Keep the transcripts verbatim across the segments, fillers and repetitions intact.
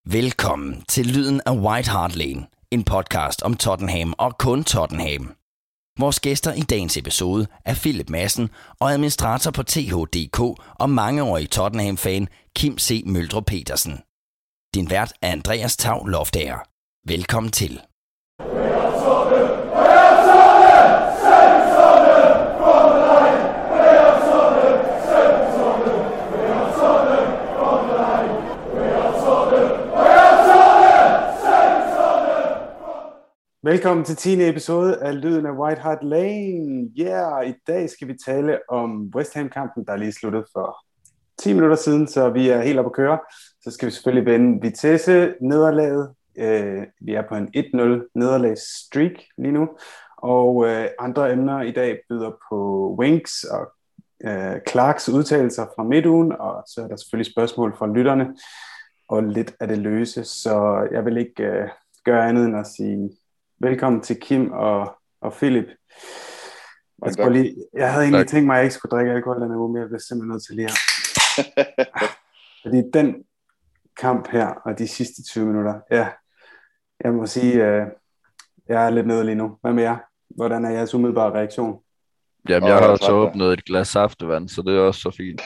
Velkommen til Lyden af White Hart Lane, en podcast om Tottenham og kun Tottenham. Vores gæster i dagens episode er Philip Madsen og administrator på T H punktum D K og mangeårig Tottenham-fan Kim C. Møldrup Petersen. Din vært er Andreas Tav Loftager. Velkommen til. Velkommen til tiende episode af Lyden af White Hart Lane. Ja, yeah, i dag skal vi tale om West Ham-kampen, der er lige sluttet for ti minutter siden, så vi er helt oppe at køre. Så skal vi selvfølgelig vende Vitesse nederlaget. Uh, vi er på en et nul nederlagsstreak lige nu, og uh, andre emner i dag byder på Winks og uh, Clarks udtalelser fra midtugen, og så er der selvfølgelig spørgsmål fra lytterne, og lidt af det løse, så jeg vil ikke uh, gøre andet end at sige velkommen til Kim og, og Philip. Jeg, skulle lige, jeg havde egentlig tak. tænkt mig, at jeg ikke skulle drikke alkohol denne uge, men jeg bliver simpelthen nødt til lige her. Fordi den kamp her, og de sidste tyve minutter, ja, jeg må sige, uh, jeg er lidt nede lige nu. Hvad med jer? Hvordan er jeres umiddelbare reaktion? Jamen, jeg har også åbnet et glas saftevand, så det er også så fint.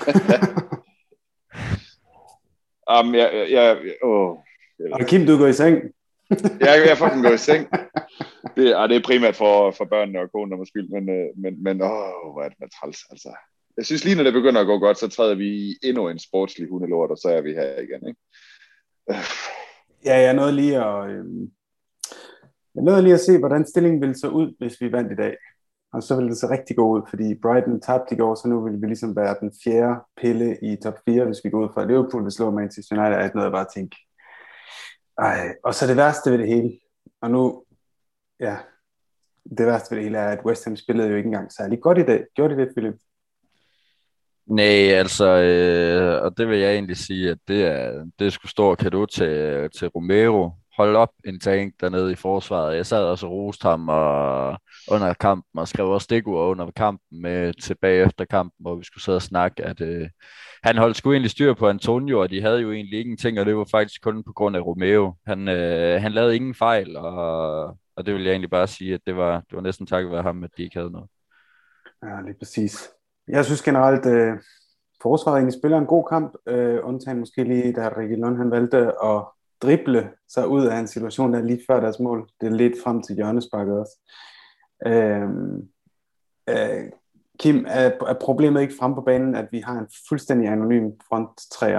um, jeg, jeg, jeg, åh, jeg og Kim, du går i seng? jeg, jeg fucking går i seng. Det, ah, det er primært for, for børnene og konen måske, men, men, men åh, hvor er det med træls, altså. Jeg synes lige, når det begynder at gå godt, så træder vi i endnu en sportslig hundelort, og så er vi her igen, ikke? Ja, jeg nåede lige at, øh, jeg nåede lige at se, hvordan stillingen ville så ud, hvis vi vandt i dag. Og så ville det så rigtig gå ud, fordi Brighton tabte i går, så nu ville vi ligesom være den fjerde pille i top fire, hvis vi går ud fra Liverpool, hvis slår Manchester United, er noget, jeg bare tænke. Ej, og så det værste ved det hele, og nu, ja, det værste ved det hele er, at West Ham spillede jo ikke engang særlig godt i dag. Gjorde de det, Philip? Nej, altså, øh, og det vil jeg egentlig sige, at det er, det er sgu stor cadeau til, til Romero. Hold op en tank dernede i forsvaret. Jeg sad også og roste ham og, under kampen, og skrev også stikord under kampen med tilbage efter kampen, hvor vi skulle sidde og snakke, at øh, han holdt sgu egentlig styr på Antonio, og de havde jo egentlig ingenting, og det var faktisk kun på grund af Romero. Han, øh, han lavede ingen fejl, og, og det vil jeg egentlig bare sige, at det var, det var næsten takket være ham, at de ikke havde noget. Ja, lige præcis. Jeg synes generelt, øh, forsvaret egentlig spiller en god kamp, øh, undtagen måske lige, da Ricky Lund han valgte at drible sig ud af en situation, der lige før deres mål. Det er lidt frem til hjørnesparket også. Øh, øh, Kim, er, er problemet ikke frem på banen, at vi har en fuldstændig anonym fronttræer?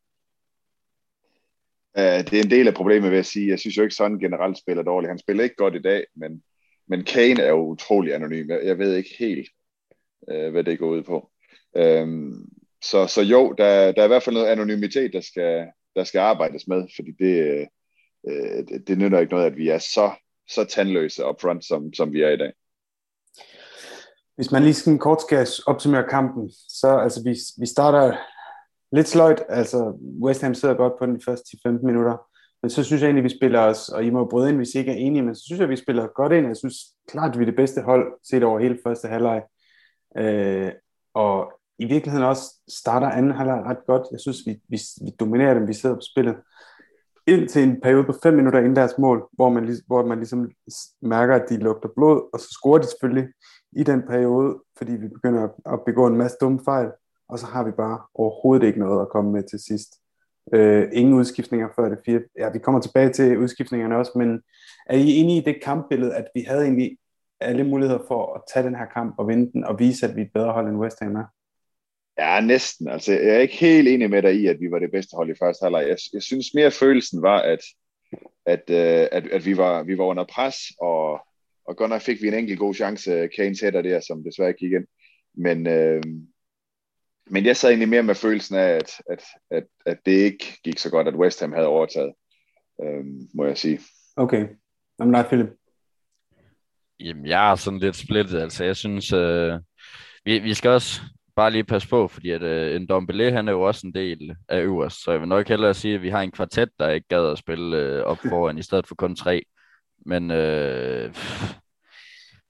Uh, det er en del af problemet, vil jeg sige. Jeg synes jo ikke, sådan generelt spiller dårligt. Han spiller ikke godt i dag, men, men Kane er jo utrolig anonym. Jeg, jeg ved ikke helt, uh, hvad det går ud på. Um, så, så jo, der, der er i hvert fald noget anonymitet, der skal, der skal arbejdes med, fordi det, uh, det, det nytter ikke noget, at vi er så, så tandløse up front, som, som vi er i dag. Hvis man lige sådan kort skal opsummere kampen, så altså vi, vi starter lidt sløjt, altså West Ham sidder godt på den første ti til femten minutter, men så synes jeg egentlig, vi spiller os, og I må bryde ind, hvis I ikke er enige, men så synes jeg, vi spiller godt ind. Jeg synes klart, vi er det bedste hold set over hele første halvleg, øh, og i virkeligheden også starter anden halvleg ret godt. Jeg synes, vi, vi, vi dominerer dem, vi sidder på spillet. Indtil en periode på fem minutter inden deres mål, hvor man, hvor man ligesom mærker, at de lugter blod, og så scorer de selvfølgelig i den periode, fordi vi begynder at begå en masse dumme fejl, og så har vi bare overhovedet ikke noget at komme med til sidst. Øh, ingen udskiftninger før det fire. Ja, vi kommer tilbage til udskiftningerne også, men er I enige i det kampbillede, at vi havde egentlig alle muligheder for at tage den her kamp og vinde den, og vise, at vi er et bedre hold end West Ham er? Ja, næsten. Altså, jeg er ikke helt enig med dig i, at vi var det bedste hold i første halvleg. Jeg, jeg synes mere, følelsen var, at, at, øh, at, at vi, var, vi var under pres, og, og godt nok fik vi en enkelt god chance, Kane's hætter der, som desværre gik ind. Men, øh, men jeg sad egentlig mere med følelsen af, at, at, at, at det ikke gik så godt, at West Ham havde overtaget, øh, må jeg sige. Okay. Jamen nej, Philip. Jamen, jeg er sådan lidt splittet. Altså, jeg synes, øh, vi, vi skal også bare lige passe på, fordi at øh, en Ndombele, han er jo også en del af øverst, så jeg vil nok hellere sige, at vi har en kvartet, der ikke gad at spille øh, op foran, i stedet for kun tre. Men øh,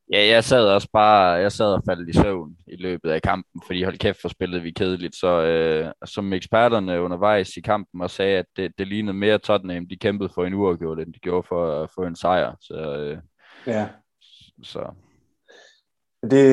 Ja, jeg sad også bare, jeg sad og faldt i søvn i løbet af kampen, fordi hold kæft, for spillede vi kedeligt. Så øh, som eksperterne undervejs i kampen og sagde, at det, det lignede mere Tottenham, de kæmpede for en uafgjort, end de gjorde for, for en sejr. Så, øh, Ja. så. Det,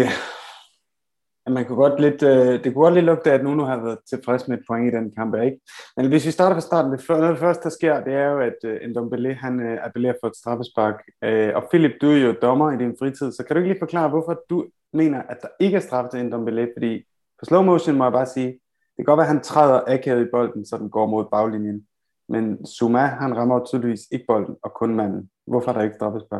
man kunne godt lidt, øh, det kunne godt lidt lugte, at Nuno har været tilfreds med et point i den kamp, ikke? Men hvis vi starter fra starten, det, noget af det første, der sker, det er jo, at øh, Ndombele, han øh, appellerer for et straffespark. Øh, og Philip, du er jo dommer i din fritid, så kan du ikke lige forklare, hvorfor du mener, at der ikke er straf til Ndombele? Fordi på slow motion må jeg bare sige, det kan godt være, at han træder akavet i bolden, så den går mod baglinjen. Men Zuma, han rammer tydeligvis ikke bolden, og kun manden. Hvorfor er der ikke straffespark?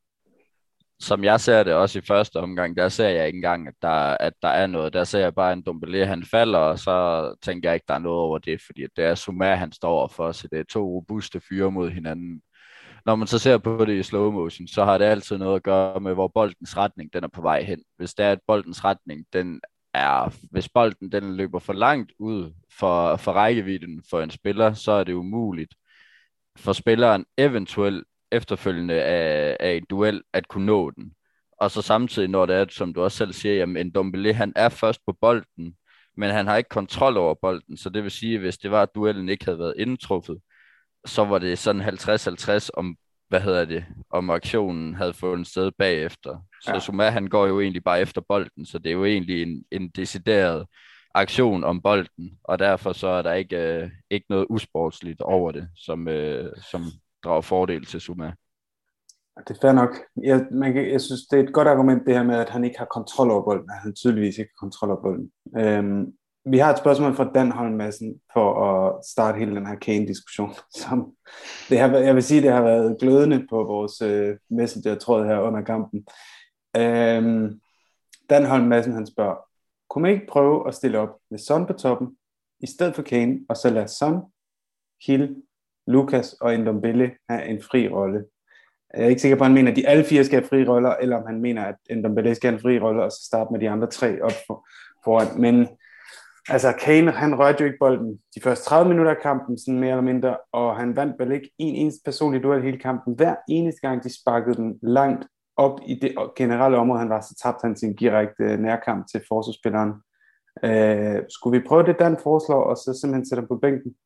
Som jeg ser det også i første omgang, der ser jeg ikke engang, at der, at der er noget. Der ser jeg bare en Ndombele, han falder, og så tænker jeg ikke, der er noget over det, fordi det er Zuma, han står over for, så det er to robuste fyre mod hinanden. Når man så ser på det i slow motion, så har det altid noget at gøre med, hvor boldens retning den er på vej hen. Hvis det er, at boldens retning, den er, hvis bolden den løber for langt ud for, for rækkevidden for en spiller, så er det umuligt for spilleren eventuelt efterfølgende af, af en duel at kunne nå den. Og så samtidig, når det er, som du også selv siger, jamen Ndombele, han er først på bolden, men han har ikke kontrol over bolden, så det vil sige, at hvis det var, at duellen ikke havde været indtruffet, så var det sådan halvtreds halvtreds om, hvad hedder det, om aktionen havde fundet sted bagefter. Så Ja. Zuma, han går jo egentlig bare efter bolden, så det er jo egentlig en, en decideret aktion om bolden, og derfor så er der ikke, øh, ikke noget usportsligt over det, som, øh, som drager fordel til Zuma. Det er fair nok. Jeg, man kan, jeg synes, det er et godt argument, det her med, at han ikke har kontrol over bolden. At han tydeligvis ikke har kontrol over bolden. Øhm, vi har et spørgsmål fra Dan Holm Madsen for at starte hele den her Kane-diskussion. Som det har, jeg vil sige, det har været glødende på vores øh, messenger-tråd her under kampen. Øhm, Dan Holm Madsen, han spørger, kunne man ikke prøve at stille op med Son på toppen, i stedet for Kane, og så lade Son, Hill, Lucas og Ndombele have en fri rolle? Jeg er ikke sikker på, at han mener, at de alle fire skal have fri roller, eller om han mener, at Ndombele skal have en fri rolle, og så starte med de andre tre op for, foran. Men altså, Kane, han rørte jo ikke bolden de første tredive minutter af kampen, sådan mere eller mindre, og han vandt vel ikke en eneste personlig duel hele kampen. Hver eneste gang, de sparkede den langt op i det generelle område, han var, så tabte han sin direkte nærkamp til forsvarsspilleren. Øh, skulle vi prøve det, Dan foreslår, og så simpelthen sætte ham på bænken?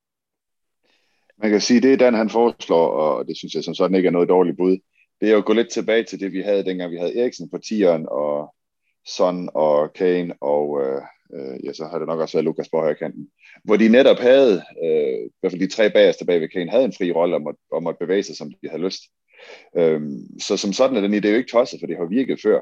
Man kan sige, det er Dan, han foreslår, og det synes jeg som sådan ikke er noget dårligt bud. Det er jo at gå lidt tilbage til det, vi havde dengang vi havde Eriksen på tieren, og Son og Kane, og øh, øh, ja, så har det nok også været Lucas på højrekanten, hvor de netop havde, øh, i hvert fald de tre bagerste bag ved Kane, havde en fri rolle om at, om at bevæge sig, som de havde lyst. Øh, så som sådan er den idé jo ikke tosset, for det har virket før.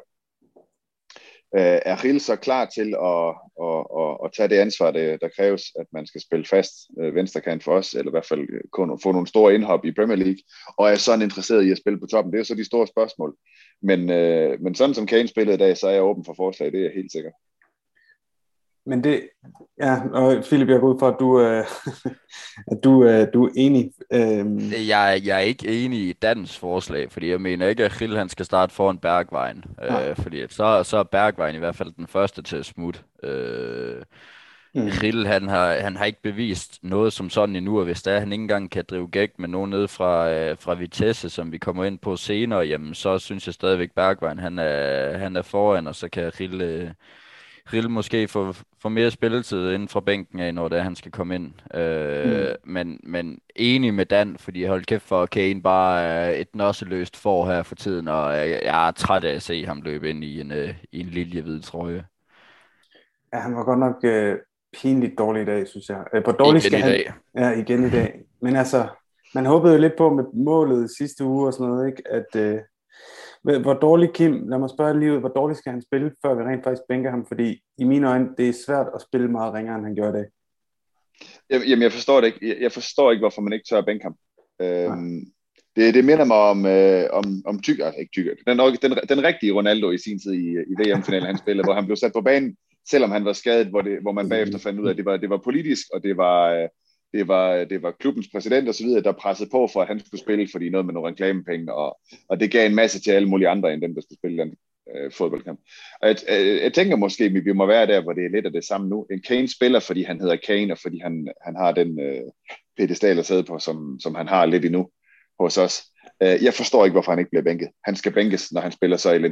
Øh, er Hill så klar til at, at, at, at tage det ansvar, der, der kræves, at man skal spille fast øh, venstrekant for os, eller i hvert fald kunne få nogle store indhop i Premier League, og er sådan interesseret i at spille på toppen? Det er jo så de store spørgsmål. Men, øh, men sådan som Kane spillede i dag, så er jeg åben for forslag, det er jeg helt sikker. Men det, ja, og Philip, jeg går ud for, at du, øh, at du, øh, du er enig. Øh... Jeg, jeg er ikke enig i Dans forslag, fordi jeg mener ikke, at Hill han skal starte foran Bergvejen. Øh, fordi så, så er Bergvejen i hvert fald den første til at smutte. Øh, mm. Hill, han har, han har ikke bevist noget som sådan endnu, og hvis der han ikke engang kan drive gæk med nogen ned fra, øh, fra Vitesse, som vi kommer ind på senere, jamen så synes jeg stadigvæk, Bergvejen han er, han er foran, og så kan Hill... Øh, Rill måske få, få mere spilletid inden fra bænken af, når det er, han skal komme ind. Øh, mm. men, men enig med Dan, fordi hold kæft for Kane bare er et nosseløst for her for tiden, og jeg, jeg er træt af at se ham løbe ind i en, uh, i en liljehvid trøje. Ja, han var godt nok uh, pinligt dårlig i dag, synes jeg. Uh, hvor dårlig igen skal i han... dag. Ja, igen i dag. Men altså, man håbede jo lidt på med målet sidste uge og sådan noget, ikke? At... Uh... Hvor dårlig, Kim, lad mig spørge lige ud, hvor dårligt skal han spille, før vi rent faktisk bænker ham? Fordi i mine øjne, det er svært at spille meget ringere, end han gør i dag. Jamen, jeg forstår det ikke. Jeg forstår ikke, hvorfor man ikke tør at bænke ham. Øhm, det, det minder mig om, øh, om, om tykker, altså ikke tykker, den, den, den rigtige Ronaldo i sin tid i, i V M-finalen, han spillede, hvor han blev sat på banen, selvom han var skadet, hvor, det, hvor man bagefter fandt ud af, at det var, det var politisk, og det var... Øh, Det var, det var klubbens præsident og så videre, der pressede på for, at han skulle spille, fordi noget med nogle reklamepenge, og, og det gav en masse til alle mulige andre, end dem, der skulle spille den øh, fodboldkamp. Og jeg, jeg, jeg tænker måske, at vi må være der, hvor det er lidt af det samme nu. En Kane spiller, fordi han hedder Kane, og fordi han, han har den øh, pedestal at sidde på, som, som han har lidt endnu hos os. Øh, jeg forstår ikke, hvorfor han ikke bliver bænket. Han skal bænkes, når han spiller så elendigt.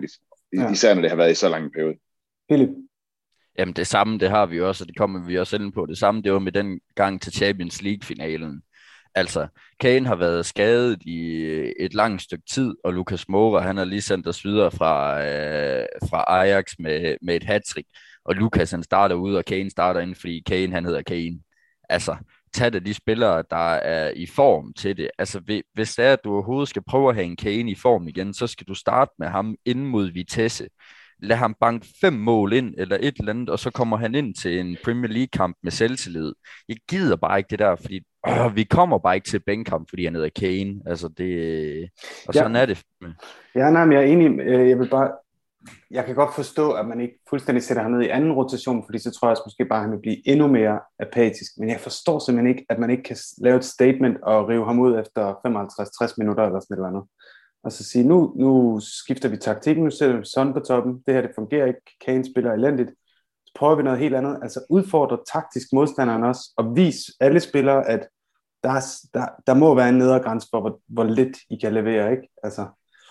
Ja. Især når det har været i så lang en periode. Philip? Jamen det samme, det har vi også, og det kommer vi også ind på. Det samme, det var med den gang til Champions League-finalen. Altså, Kane har været skadet i et langt stykke tid, og Lucas Moura, han har lige sendt os videre fra, øh, fra Ajax med, med et hattrick. Og Lucas, han starter ud, og Kane starter ind, fordi Kane, han hedder Kane. Altså, tag det de spillere, der er i form til det. Altså, hvis det er, at du overhovedet skal prøve at have en Kane i form igen, så skal du starte med ham ind mod Vitesse. Lad ham banke fem mål ind, eller et eller andet, og så kommer han ind til en Premier League-kamp med selvtillid. Jeg gider bare ikke det der, fordi øh, vi kommer bare ikke til bænkkamp, fordi han hedder Kane. Altså, det... Og sådan ja. er det. Ja, nej, men jeg er enig. Jeg vil bare... Jeg kan godt forstå, at man ikke fuldstændig sætter ham ned i anden rotation, fordi så tror jeg også måske bare, at han vil blive endnu mere apatisk. Men jeg forstår simpelthen ikke, at man ikke kan lave et statement og rive ham ud efter femoghalvtreds til tres minutter eller sådan et eller andet. Og så sige, nu, nu skifter vi taktikken, nu sætter vi Son på toppen, det her det fungerer ikke, Kane spiller elendigt, så prøver vi noget helt andet, altså udfordre taktisk modstanderen også, og vis alle spillere, at der, er, der, der må være en nedre grænse for, hvor, hvor lidt I kan levere, ikke? Altså.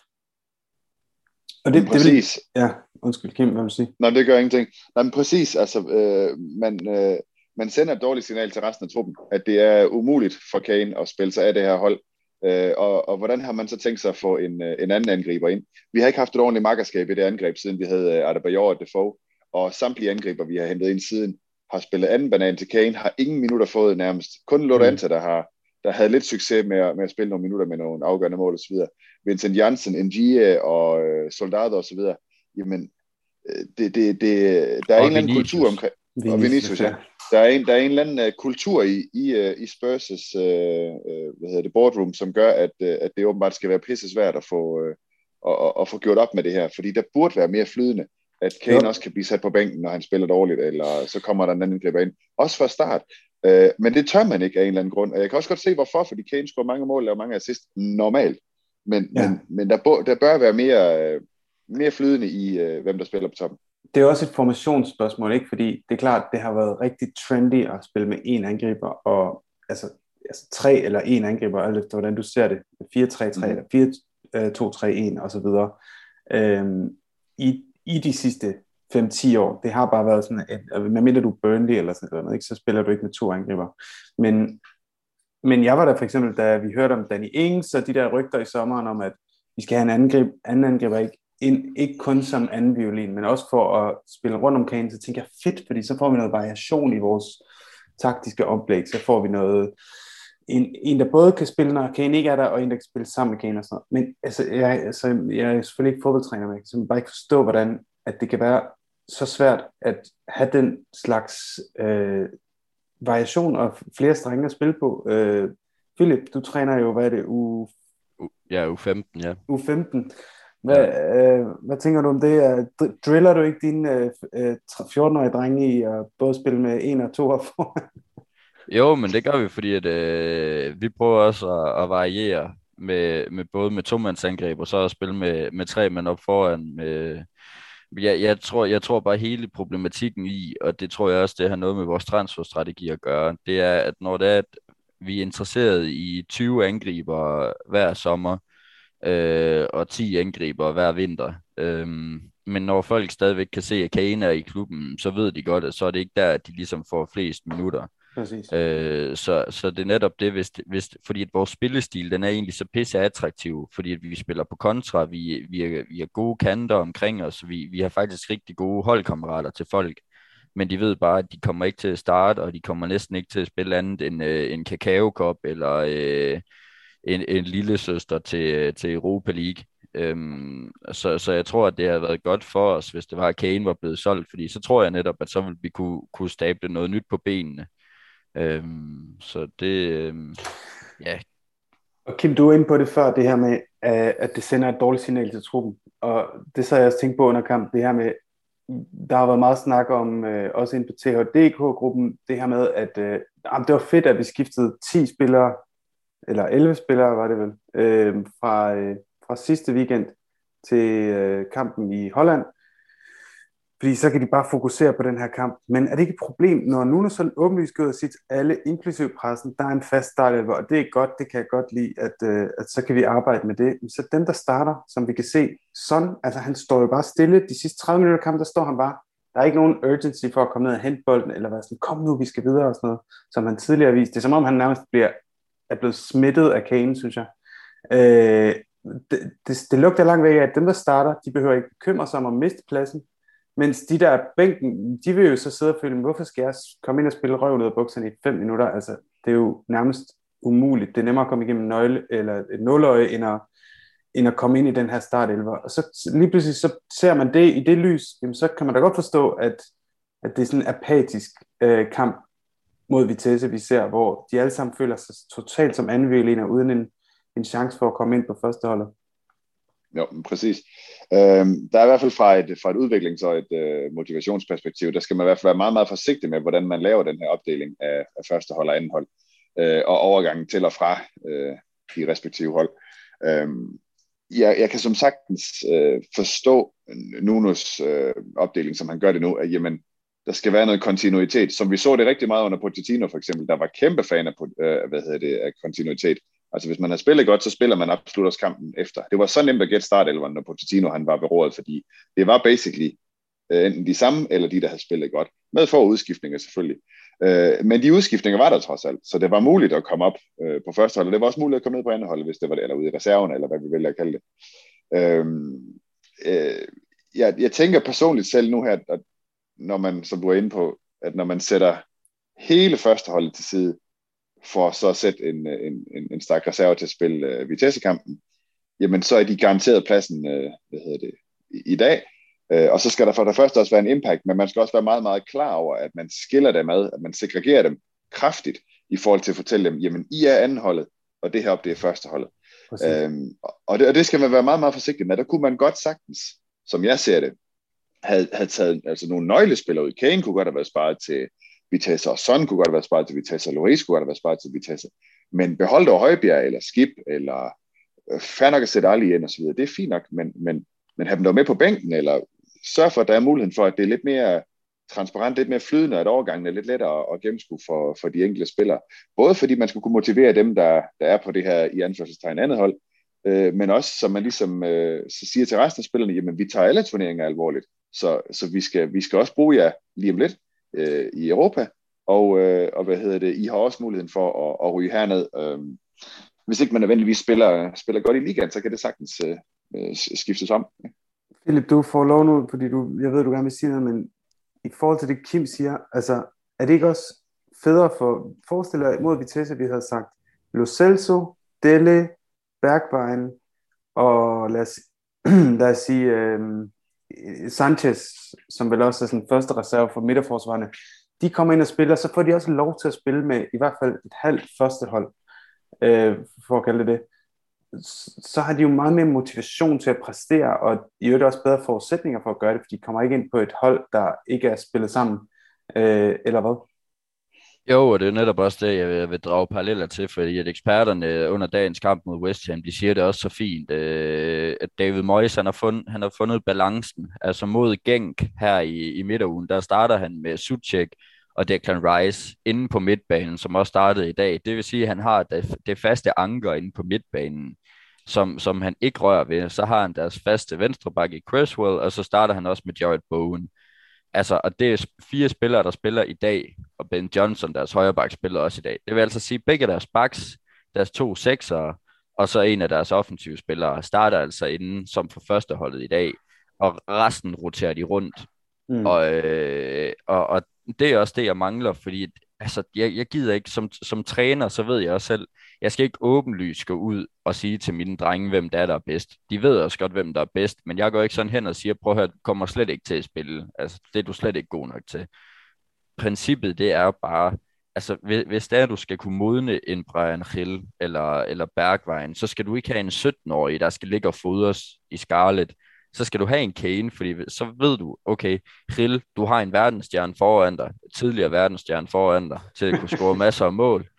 Og det, præcis. Det vil, ja, undskyld Kim, hvad vil du sige? Nej, det gør ingenting. Nej, men præcis, altså, øh, man, øh, man sender et dårligt signal til resten af truppen, at det er umuligt for Kane at spille sig af det her hold. Øh, og, og hvordan har man så tænkt sig at få en, en anden angriber ind? Vi har ikke haft et ordentligt makkerskab i det angreb, siden vi havde uh, Adebayor og Defoe, og samtlige angriber, vi har hentet ind siden, har spillet anden banan til Kane, har ingen minutter fået nærmest. Kun Lorente, der har der havde lidt succes med at, med at spille nogle minutter med nogle afgørende mål osv. Vincent Janssen, Ngie og uh, Soldado osv. Jamen, det, det, det, der er og en eller anden kultur omkring... Og Vinicius, ja. Der er en, der er en eller anden uh, kultur i, i, uh, i Spurs' uh, uh, hvad hedder det, boardroom, som gør, at, uh, at det åbenbart skal være pisse svært at få, uh, at, at få gjort op med det her. Fordi der burde være mere flydende, at Kane jo. også kan blive sat på bænken, når han spiller dårligt, eller så kommer der en anden klipper ind. Også fra start. Uh, men det tør man ikke af en eller anden grund. Og jeg kan også godt se, hvorfor, fordi Kane scorer mange mål, laver mange assist normalt. Men, ja. men, men der, bør, der bør være mere, uh, mere flydende i, uh, hvem der spiller på toppen. Det er også et formationsspørgsmål, ikke? Fordi det er klart, det har været rigtig trendy at spille med én angriber, og altså, altså tre eller én angriber, alt efter hvordan du ser det, fire tre tre, mm. eller fire to tre en og så videre, øhm, i, i de sidste fem til ti år. Det har bare været sådan, at medmindre du er Burnley eller sådan noget, ikke, så spiller du ikke med to angriber. Men, men jeg var der for eksempel, da vi hørte om Danny Ings og de der rygter i sommeren om, at vi skal have en angreb, anden angriber, ikke? Ind, ikke kun som anden violin, men også for at spille rundt om Kane, så tænker jeg fedt, fordi så får vi noget variation i vores taktiske oplæg, så får vi noget, en, en der både kan spille, når Kane ikke er der, og en der kan spille sammen med Kane og sådan noget. Men altså, jeg, altså, jeg er selvfølgelig ikke fodboldtræner, men jeg kan bare ikke forstå, hvordan at det kan være så svært at have den slags øh, variation og flere strenge at spille på. Øh, Philip, du træner jo, hvad er det, u... Ja, U femten, ja. U femten. Hvad, øh, hvad tænker du om det? Driller du ikke dine øh, fjorten-årige drenge i at både spille med en og to og foran? Jo, men det gør vi, fordi at, øh, vi prøver også at, at variere med, med både med tomandsangreb og så at spille med, med tre mand op foran. Med, jeg, jeg, tror, jeg tror bare hele problematikken i, og det tror jeg også, det har noget med vores transferstrategi at gøre, det er, at når det er, at vi er interesseret i tyve angriber hver sommer, Øh, og ti angriber hver vinter. Øhm, men når folk stadigvæk kan se, at Kane er i klubben, så ved de godt, at så er det ikke der, at de ligesom får flest minutter. Præcis. Øh, så, så det er netop det, hvis, hvis, fordi at vores spillestil, den er egentlig så pisse attraktiv, fordi at vi spiller på kontra, vi, vi, er, vi er gode kanter omkring os, vi, vi har faktisk rigtig gode holdkammerater til folk, men de ved bare, at de kommer ikke til at starte, og de kommer næsten ikke til at spille andet end øh, en kakao-kop, eller øh, en, en lille søster til, til Europa League. Øhm, så, så jeg tror, at det har været godt for os, hvis det var, at Kane var blevet solgt, fordi så tror jeg netop, at så ville vi kunne, kunne stable noget nyt på benene. Øhm, så det, øhm, ja. Og Kim, du er inde på det før, det her med, at det sender et dårligt signal til truppen. Og det så jeg også tænkt på under kamp, det her med, der har været meget snak om, øh, også inde på T H D K-gruppen, det her med, at øh, det var fedt, at vi skiftede ti spillere, eller elleve spillere var det vel, øh, fra, øh, fra sidste weekend til øh, kampen i Holland. Fordi så kan de bare fokusere på den her kamp. Men er det ikke et problem, når nu er sådan åbenlyst går ud og siger til alle, inklusive pressen, der er en fast startelver, og det er godt, det kan jeg godt lide, at, øh, at så kan vi arbejde med det. Så dem, der starter, som vi kan se, sådan, altså han står jo bare stille. De sidste tredive minutter kamp, der står han bare. Der er ikke nogen urgency for at komme ned og hente bolden, eller være sådan, kom nu, vi skal videre og sådan noget, som han tidligere har vist. Det er som om, han nærmest bliver, er blevet smittet af Kane, synes jeg. Øh, det, det, det lugter langt væk af, at dem, der starter, de behøver ikke bekymre sig om at miste pladsen. Mens de der bænken, de vil jo så sidde og føle, hvorfor skal jeg komme ind og spille røv ud af bukserne i fem minutter? Altså, det er jo nærmest umuligt. Det er nemmere at komme igennem nøgle eller et nuløje, end at, end at komme ind i den her startelver. Og så lige pludselig så ser man det i det lys, jamen, så kan man da godt forstå, at, at det er sådan en apatisk øh, kamp mod Vitesse, vi ser, hvor de alle sammen føler sig totalt som andenvioliner, uden en, en chance for at komme ind på førsteholdet. Jo, præcis. Øhm, der er i hvert fald fra et, fra et udviklings- og et øh, motivationsperspektiv, der skal man i hvert fald være meget, meget forsigtig med, hvordan man laver den her opdeling af, af første hold og anden hold, øh, og overgangen til og fra øh, de respektive hold. Øhm, jeg, jeg kan som sagtens øh, forstå Nunos øh, opdeling, som han gør det nu, at jamen, der skal være noget kontinuitet, som vi så det rigtig meget under Pochettino for eksempel, der var kæmpe fan af, øh, hvad hedder det, af kontinuitet. Altså hvis man har spillet godt, så spiller man absolut også kampen efter. Det var så nemt at gætte startelveren, når Pochettino han var ved roret, fordi det var basically øh, enten de samme, eller de, der havde spillet godt. Med få udskiftninger selvfølgelig. Øh, men de udskiftninger var der trods alt, så det var muligt at komme op øh, på første hold, og det var også muligt at komme ned på andet hold, hvis det var det, eller ude i reserven, eller hvad vi vælger at kalde det. Øh, øh, jeg, jeg tænker personligt selv nu her, at når man, som du er inde på, at når man sætter hele førsteholdet til side, for så at sætte en, en, en, en stærk reserve til at spille uh, Vitesse-kampen, jamen så er de garanteret pladsen uh, hvad hedder det, i, i dag. Uh, og så skal der for det første også være en impact, men man skal også være meget, meget klar over, at man skiller dem ad, at man segregerer dem kraftigt i forhold til at fortælle dem, jamen I er andenholdet, og det her op, det er førsteholdet. Um, og, det, og det skal man være meget, meget forsigtig med. Der kunne man godt sagtens, som jeg ser det, have, have taget altså nogle nøglespillere ud. Kane kunne godt have været sparet til Vitesse, og Son kunne godt have været sparet til Vitesse, og Lloris kunne godt have været sparet til Vitesse. Men behold dog Højbjerg, eller Skip, eller øh, fair nok at sætte Ali ind og så videre. Det er fint nok, men, men, men have dem dog med på bænken, eller sørg for, at der er muligheden for, at det er lidt mere transparent, lidt mere flydende, at overgangen er lidt lettere at gennemskue for, for de enkelte spillere. Både fordi man skulle kunne motivere dem, der, der er på det her i anførselstegn andet hold, øh, men også, som man ligesom øh, så siger til resten af spillerne, jamen vi tager alle turneringer alvorligt, så, så vi, skal, vi skal også bruge jer lige om lidt i Europa, og, øh, og hvad hedder det, I har også muligheden for at, at ryge herned. Øhm, hvis ikke man nødvendigvis spiller, spiller godt i ligaen, så kan det sagtens øh, skiftes om. Philip, du får lov nu, fordi du, jeg ved, du gerne vil sige noget, men i forhold til det, Kim siger, altså, er det ikke også federe for, forestiller dig mod Vitesse, vi havde sagt, Lo Celso, Dele, Bergwijn, og lad os, lad os sige, øh, Sanchez, som vel også er sådan første reserve for midterforsvarerne, de kommer ind og spiller, så får de også lov til at spille med i hvert fald et halvt første hold, øh, for at kalde det det. Så har de jo meget mere motivation til at præstere, og i øvrigt også bedre forudsætninger for at gøre det, for de kommer ikke ind på et hold, der ikke er spillet sammen, øh, eller hvad? Jo, og det er netop også det, jeg vil, vil drage paralleller til, fordi at eksperterne under dagens kamp mod West Ham, de siger det også så fint, øh, at David Moyes, han har, fundet, han har fundet balancen. Altså mod Genk her i, i midterugen, der starter han med Souček og Declan Rice inde på midtbanen, som også startede i dag. Det vil sige, at han har det, det faste anker inde på midtbanen, som, som han ikke rører ved. Så har han deres faste venstreback i Creswell, og så starter han også med Jared Bowen. Altså, og det er fire spillere, der spiller i dag, og Ben Johnson, deres højreback, spiller også i dag. Det vil altså sige, at begge deres backs, deres to seksere, og så en af deres offensive spillere, starter altså inden som for førsteholdet i dag, og resten roterer de rundt. Mm. Og, øh, og, og det er også det, jeg mangler, fordi altså, jeg, jeg gider ikke, som, som træner, så ved jeg også selv, jeg skal ikke åbenlyst gå ud og sige til mine drenge, hvem der er, der er bedst. De ved også godt, hvem der er bedst, men jeg går ikke sådan hen og siger, prøv at høre, du kommer slet ikke til at spille. Altså, det er du slet ikke god nok til. Princippet, det er bare, altså, hvis det er, at du skal kunne modne en Bryan Gil eller, eller Bergwijn, så skal du ikke have en sytten-årig, der skal ligge og fodres i Scarlet. Så skal du have en Kane, fordi så ved du, okay, Gil, du har en verdensstjerne foran dig, tidligere verdensstjerne foran dig, til at kunne score masser af mål.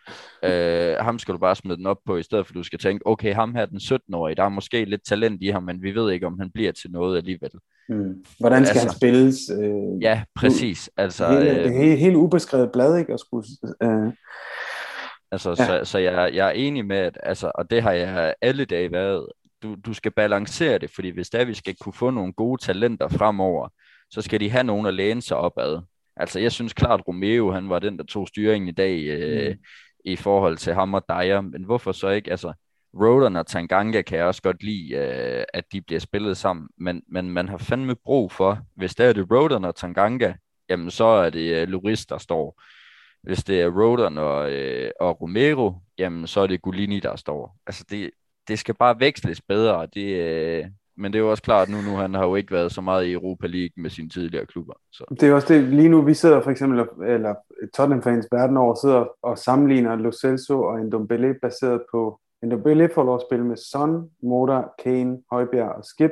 Øh, ham skal du bare smide den op på, i stedet for at du skal tænke, okay, ham her den sytten-årige, der er måske lidt talent i ham, men vi ved ikke, om han bliver til noget alligevel. Mm. Hvordan skal altså, han spilles? Øh, ja, præcis. Altså, det, hele, øh, det er helt, helt ubeskrevet blad, ikke? At skulle, øh, altså, ja. så, så jeg, jeg er enig med, at, altså, og det har jeg alle dage været, du, du skal balancere det, fordi hvis der vi skal kunne få nogle gode talenter fremover, så skal de have nogen at læne sig op ad. Altså, jeg synes klart, Romeo, han var den, der tog styringen i dag, øh, mm. i forhold til ham og Dyer, men hvorfor så ikke, altså, Rodon og Tanganga kan jeg også godt lide, øh, at de bliver spillet sammen, men, men man har fandme brug for, hvis der er det Rodon og Tanganga, jamen så er det uh, Lloris, der står. Hvis det er Rodon og, øh, og Romero, jamen så er det Golini, der står. Altså det, det skal bare veksles bedre, det, øh, men det er jo også klart nu, nu han har jo ikke været så meget i Europa League med sine tidligere klubber. Så. Det er også det, lige nu vi sidder for eksempel, eller Tottenham-fans verden over, sidder og sammenligner Lo Celso og Ndombele baseret på, Ndombele får lov at spille med Son, Moda, Kane, Højbjerg og Skip,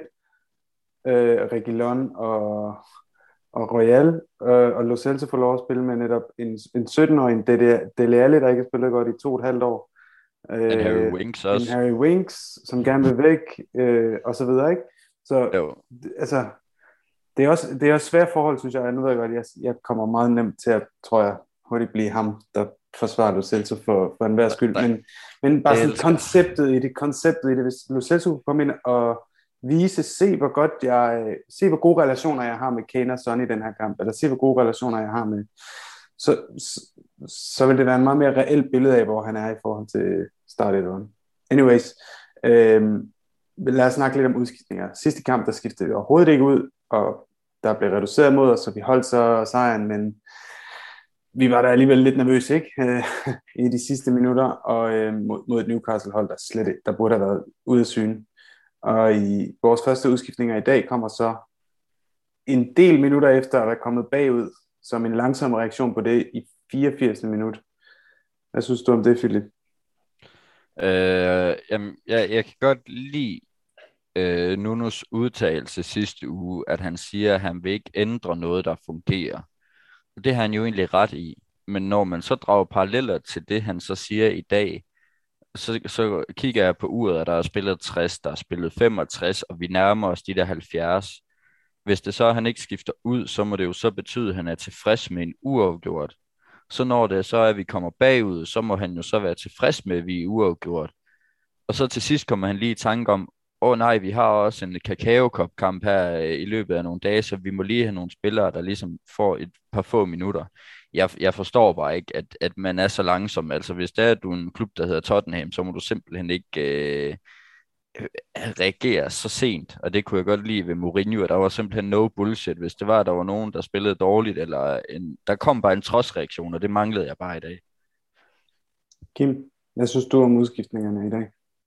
øh, Reguilon og, og Royal, øh, og Lo Celso får lov at spille med netop en, en sytten-årig, en Dele Alli, der ikke har spillet godt i to og et halvt år. En Harry Winks også. En Harry Winks, som gerne vil væk, øh, og så videre, ikke? Så, jo. altså, det er, også, det er også svært forhold, synes jeg. Nu ved jeg godt, jeg, jeg kommer meget nemt til at, tror jeg, hurtigt blive ham, der forsvarer Lo Celso for, for enhver skyld. Men, men bare sådan konceptet i det, konceptet i det, hvis Lo Celso kunne komme ind og vise, se hvor godt jeg, se hvor gode relationer jeg har med Kane og Son i den her kamp, eller se hvor gode relationer jeg har med, så, så, så vil det være en meget mere reelt billede af, hvor han er i forhold til startelveren. Anyways, øhm, lad os snakke lidt om udskiftninger. Sidste kamp, der skiftede vi overhovedet ikke ud, og der blev reduceret mod os, så vi holdt så sejren, men vi var da alligevel lidt nervøse, ikke? I de sidste minutter, og øh, mod, mod et Newcastle-hold, der slet ikke, der burde have været ude af syne. Og i vores første udskiftninger i dag kommer så en del minutter efter, at der er kommet bagud, som en langsom reaktion på det i fireogfirsende minut. Hvad synes du om det, Philip? Øh, jamen, jeg, jeg kan godt lide øh, Nunos udtalelse sidste uge, at han siger, at han vil ikke ændre noget, der fungerer. Og det har han jo egentlig ret i. Men når man så drager paralleller til det, han så siger i dag, så, så kigger jeg på uret, at der er spillet tres, der er spillet femogtres, og vi nærmer os de der halvfjerds. Hvis det så, at han ikke skifter ud, så må det jo så betyde, at han er tilfreds med en uafgjort. Så når det så er, at vi kommer bagud, så må han jo så være tilfreds med, at vi er uafgjort. Og så til sidst kommer han lige i tanke om, åh oh, nej, vi har også en Kakao Cup-kamp her i løbet af nogle dage, så vi må lige have nogle spillere, der ligesom får et par få minutter. Jeg, jeg forstår bare ikke, at, at man er så langsom. Altså hvis der er du en klub, der hedder Tottenham, så må du simpelthen ikke øh, reagere så sent. Og det kunne jeg godt lide ved Mourinho, at der var simpelthen no bullshit. Hvis det var, at der var nogen, der spillede dårligt, eller en, der kom bare en trodsreaktion, og det manglede jeg bare i dag. Kim, hvad synes du om udskiftningerne i dag?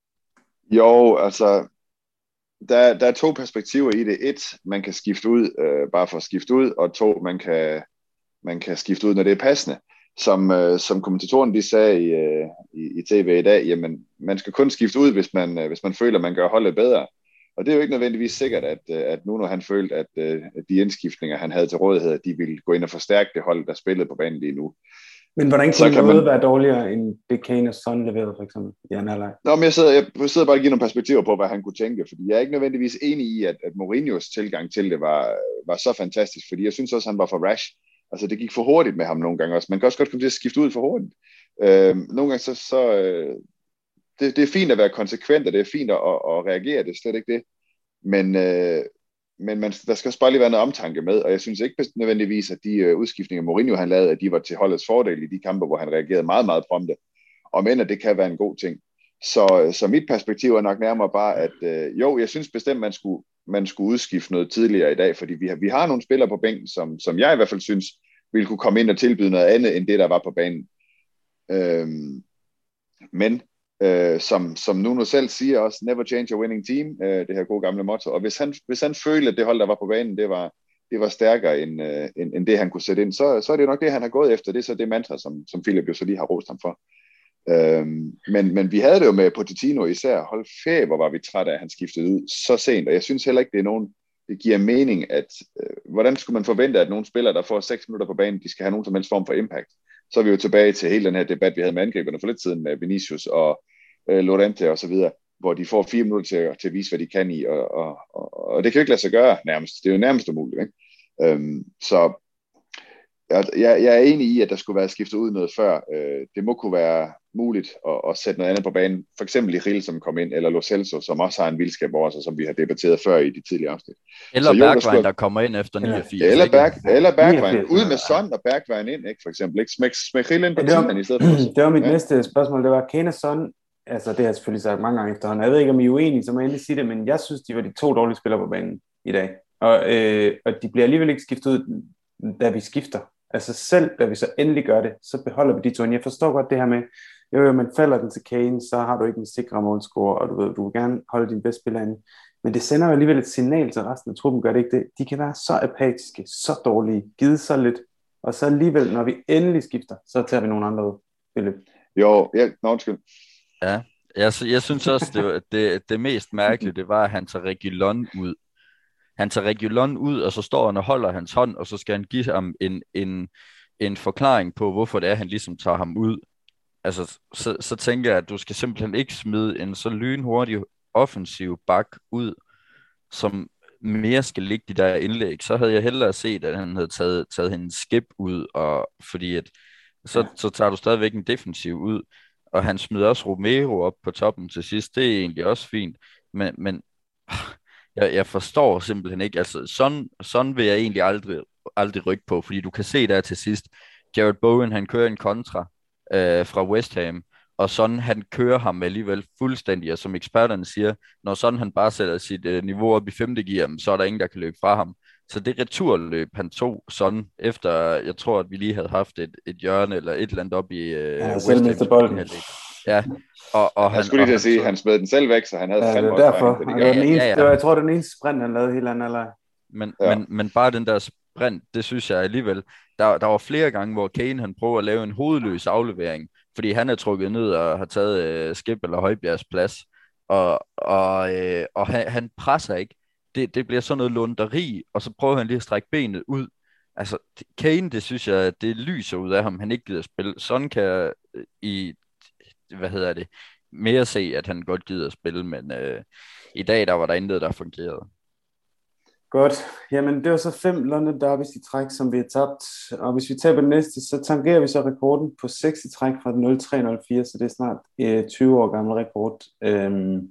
Jo, altså Der, der er to perspektiver i det. Et, man kan skifte ud, øh, bare for at skifte ud, og to, man kan, man kan skifte ud, når det er passende. Som, øh, som kommentatoren de sagde i, øh, i, i tv i dag, jamen, man skal kun skifte ud, hvis man, øh, hvis man føler, at man gør holdet bedre. Og det er jo ikke nødvendigvis sikkert, at, at nu når han følte, at, øh, at de indskiftninger, han havde til rådighed, at de ville gå ind og forstærke det hold, der spillede på banen lige nu. Men hvordan kunne kan noget man... være dårligere end det Kane og Son leverede, for eksempel? Ja, nej, Nå, men jeg sidder, jeg sidder bare og giver nogle perspektiver på, hvad han kunne tænke, fordi jeg er ikke nødvendigvis enig i, at, at Mourinhos tilgang til det var, var så fantastisk, fordi jeg synes også, at han var for rash. Altså, det gik for hurtigt med ham nogle gange også. Man kan også godt komme til at skifte ud for hurtigt. Øh, nogle gange så... så øh, det, det er fint at være konsekvent, og det er fint at, at, at reagere, det er slet ikke det. Men... Øh, Men man, der skal også bare lige være noget omtanke med, og jeg synes ikke nødvendigvis, at de uh, udskiftninger, Mourinho han lavede, at de var til holdets fordel i de kampe, hvor han reagerede meget, meget prompte. Og men at det kan være en god ting. Så, så mit perspektiv er nok nærmere bare, at uh, jo, jeg synes bestemt, man skulle, man skulle udskifte noget tidligere i dag, fordi vi har, vi har nogle spillere på bænken, som, som jeg i hvert fald synes, ville kunne komme ind og tilbyde noget andet, end det, der var på banen. Øhm, men... Uh, som, som Nuno selv siger også, never change a winning team, uh, det her gode gamle motto. Og hvis han, hvis han følte, at det hold, der var på banen, det var, det var stærkere end, uh, end, end det, han kunne sætte ind, så, så er det jo nok det, han har gået efter. Det er så det mantra, som, som Philip jo så lige har rost ham for. Uh, men, men vi havde det jo med Pochettino især. Hold ferie, hvor var vi trætte af, at han skiftede ud så sent. Og jeg synes heller ikke, det er nogen, det giver mening, at uh, hvordan skulle man forvente, at nogle spillere, der får seks minutter på banen, de skal have nogen som helst form for impact. så er vi jo tilbage til hele den her debat, vi havde med angriberne for lidt siden med Vinicius og øh, Llorente og så videre, hvor de får fire minutter til, til at vise, hvad de kan i, og, og, og, og det kan jo ikke lade sig gøre nærmest. Det er jo nærmest umuligt, ikke? Øhm, så jeg, jeg er enig i, at der skulle være skiftet ud noget før. Øh, det må kunne være muligt at, at sætte noget andet på banen. For eksempel i Ril, som kom ind, eller Lo Celso, som også har en vildskab over sig, som vi har debatteret før i de tidligere afsnit. Eller Bergwijn, der, skulle... der kommer ind efter niogfirs. Eller, Berg, eller Bergwijn. Ud med Son og Bergwijn ind, ikke, for eksempel. Ikke? Smæk, smæk Ril ind på tiden i stedet for. Det var mit ja. næste spørgsmål. Det var Kane og Son. Altså, det har jeg selvfølgelig sagt mange gange efterhånden. Jeg ved ikke, om I er uenige, så må jeg endelig sige det, men jeg synes, de var de to dårlige spillere på banen i dag. Og, øh, og de bliver alligevel ikke skiftet ud, da vi skifter. Altså selv, da vi så endelig gør det, så beholder vi de to. Jeg forstår godt det her med, jo jo, man falder den til Kane, så har du ikke en sikre målscore, og du ved, du vil gerne holde din bedste spiller inde. Men det sender jo alligevel et signal til resten af truppen, gør det ikke det? De kan være så apatiske, så dårlige, givet så lidt, og så alligevel, når vi endelig skifter, så tager vi nogle andre ud. Philip. Jo, ja, nå, undskyld. Ja, jeg, jeg synes også, det, var, det, det mest mærkelige, det var, at han tager Reguilón ud. Han tager Reguilón ud, og så står han og holder hans hånd, og så skal han give ham en, en, en forklaring på, hvorfor det er, han ligesom tager ham ud. Altså, så, så tænker jeg, at du skal simpelthen ikke smide en så lynhurtig offensiv bak ud, som mere skal ligge de der indlæg. Så havde jeg hellere set, at han havde taget, taget hendes skib ud, og, fordi at, så, så tager du stadigvæk en defensiv ud, og han smider også Romero op på toppen til sidst. Det er egentlig også fint, men, men jeg, jeg forstår simpelthen ikke. Altså, sådan, sådan vil jeg egentlig aldrig, aldrig rykke på, fordi du kan se der til sidst, Jared Bowen, han kører en kontra øh, fra West Ham, og sådan han kører ham alligevel fuldstændig, og som eksperterne siger, når sådan han bare sætter sit øh, niveau op i femte gear, så er der ingen, der kan løbe fra ham. Så det returløb, han tog sådan, efter, jeg tror, at vi lige havde haft et, et hjørne, eller et eller andet op i øh, ja, West Ham. Ja, og, og han, jeg skulle lige og sige, at han smed den selv væk, så han havde ja, fandme det er derfor. Det, det var den eneste, ja, ja. Det var, jeg tror, det var den eneste sprint, han lavede hele anden alder. Men, ja. men, men bare den der sprint, det synes jeg alligevel, der, der var flere gange, hvor Kane han prøver at lave en hovedløs aflevering, fordi han er trukket ned og har taget øh, Skip eller Højbjergs plads, og, og, øh, og han, han presser ikke. Det, det bliver sådan noget lunderi, og så prøver han lige at strække benet ud. Altså, Kane, det synes jeg, det lyser ud af ham, han ikke gider spille. Sådan kan jeg i, hvad hedder det, mere se, at han godt gider spille, men øh, i dag, der var der intet, der fungerede. Godt. Jamen, det var så fem London Derbys i træk, som vi har tabt. Og hvis vi taber den næste, så tangerer vi så rekorden på seks i træk fra nul tre nul fire, så det er snart øh, tyve år gammel rekord. Øhm,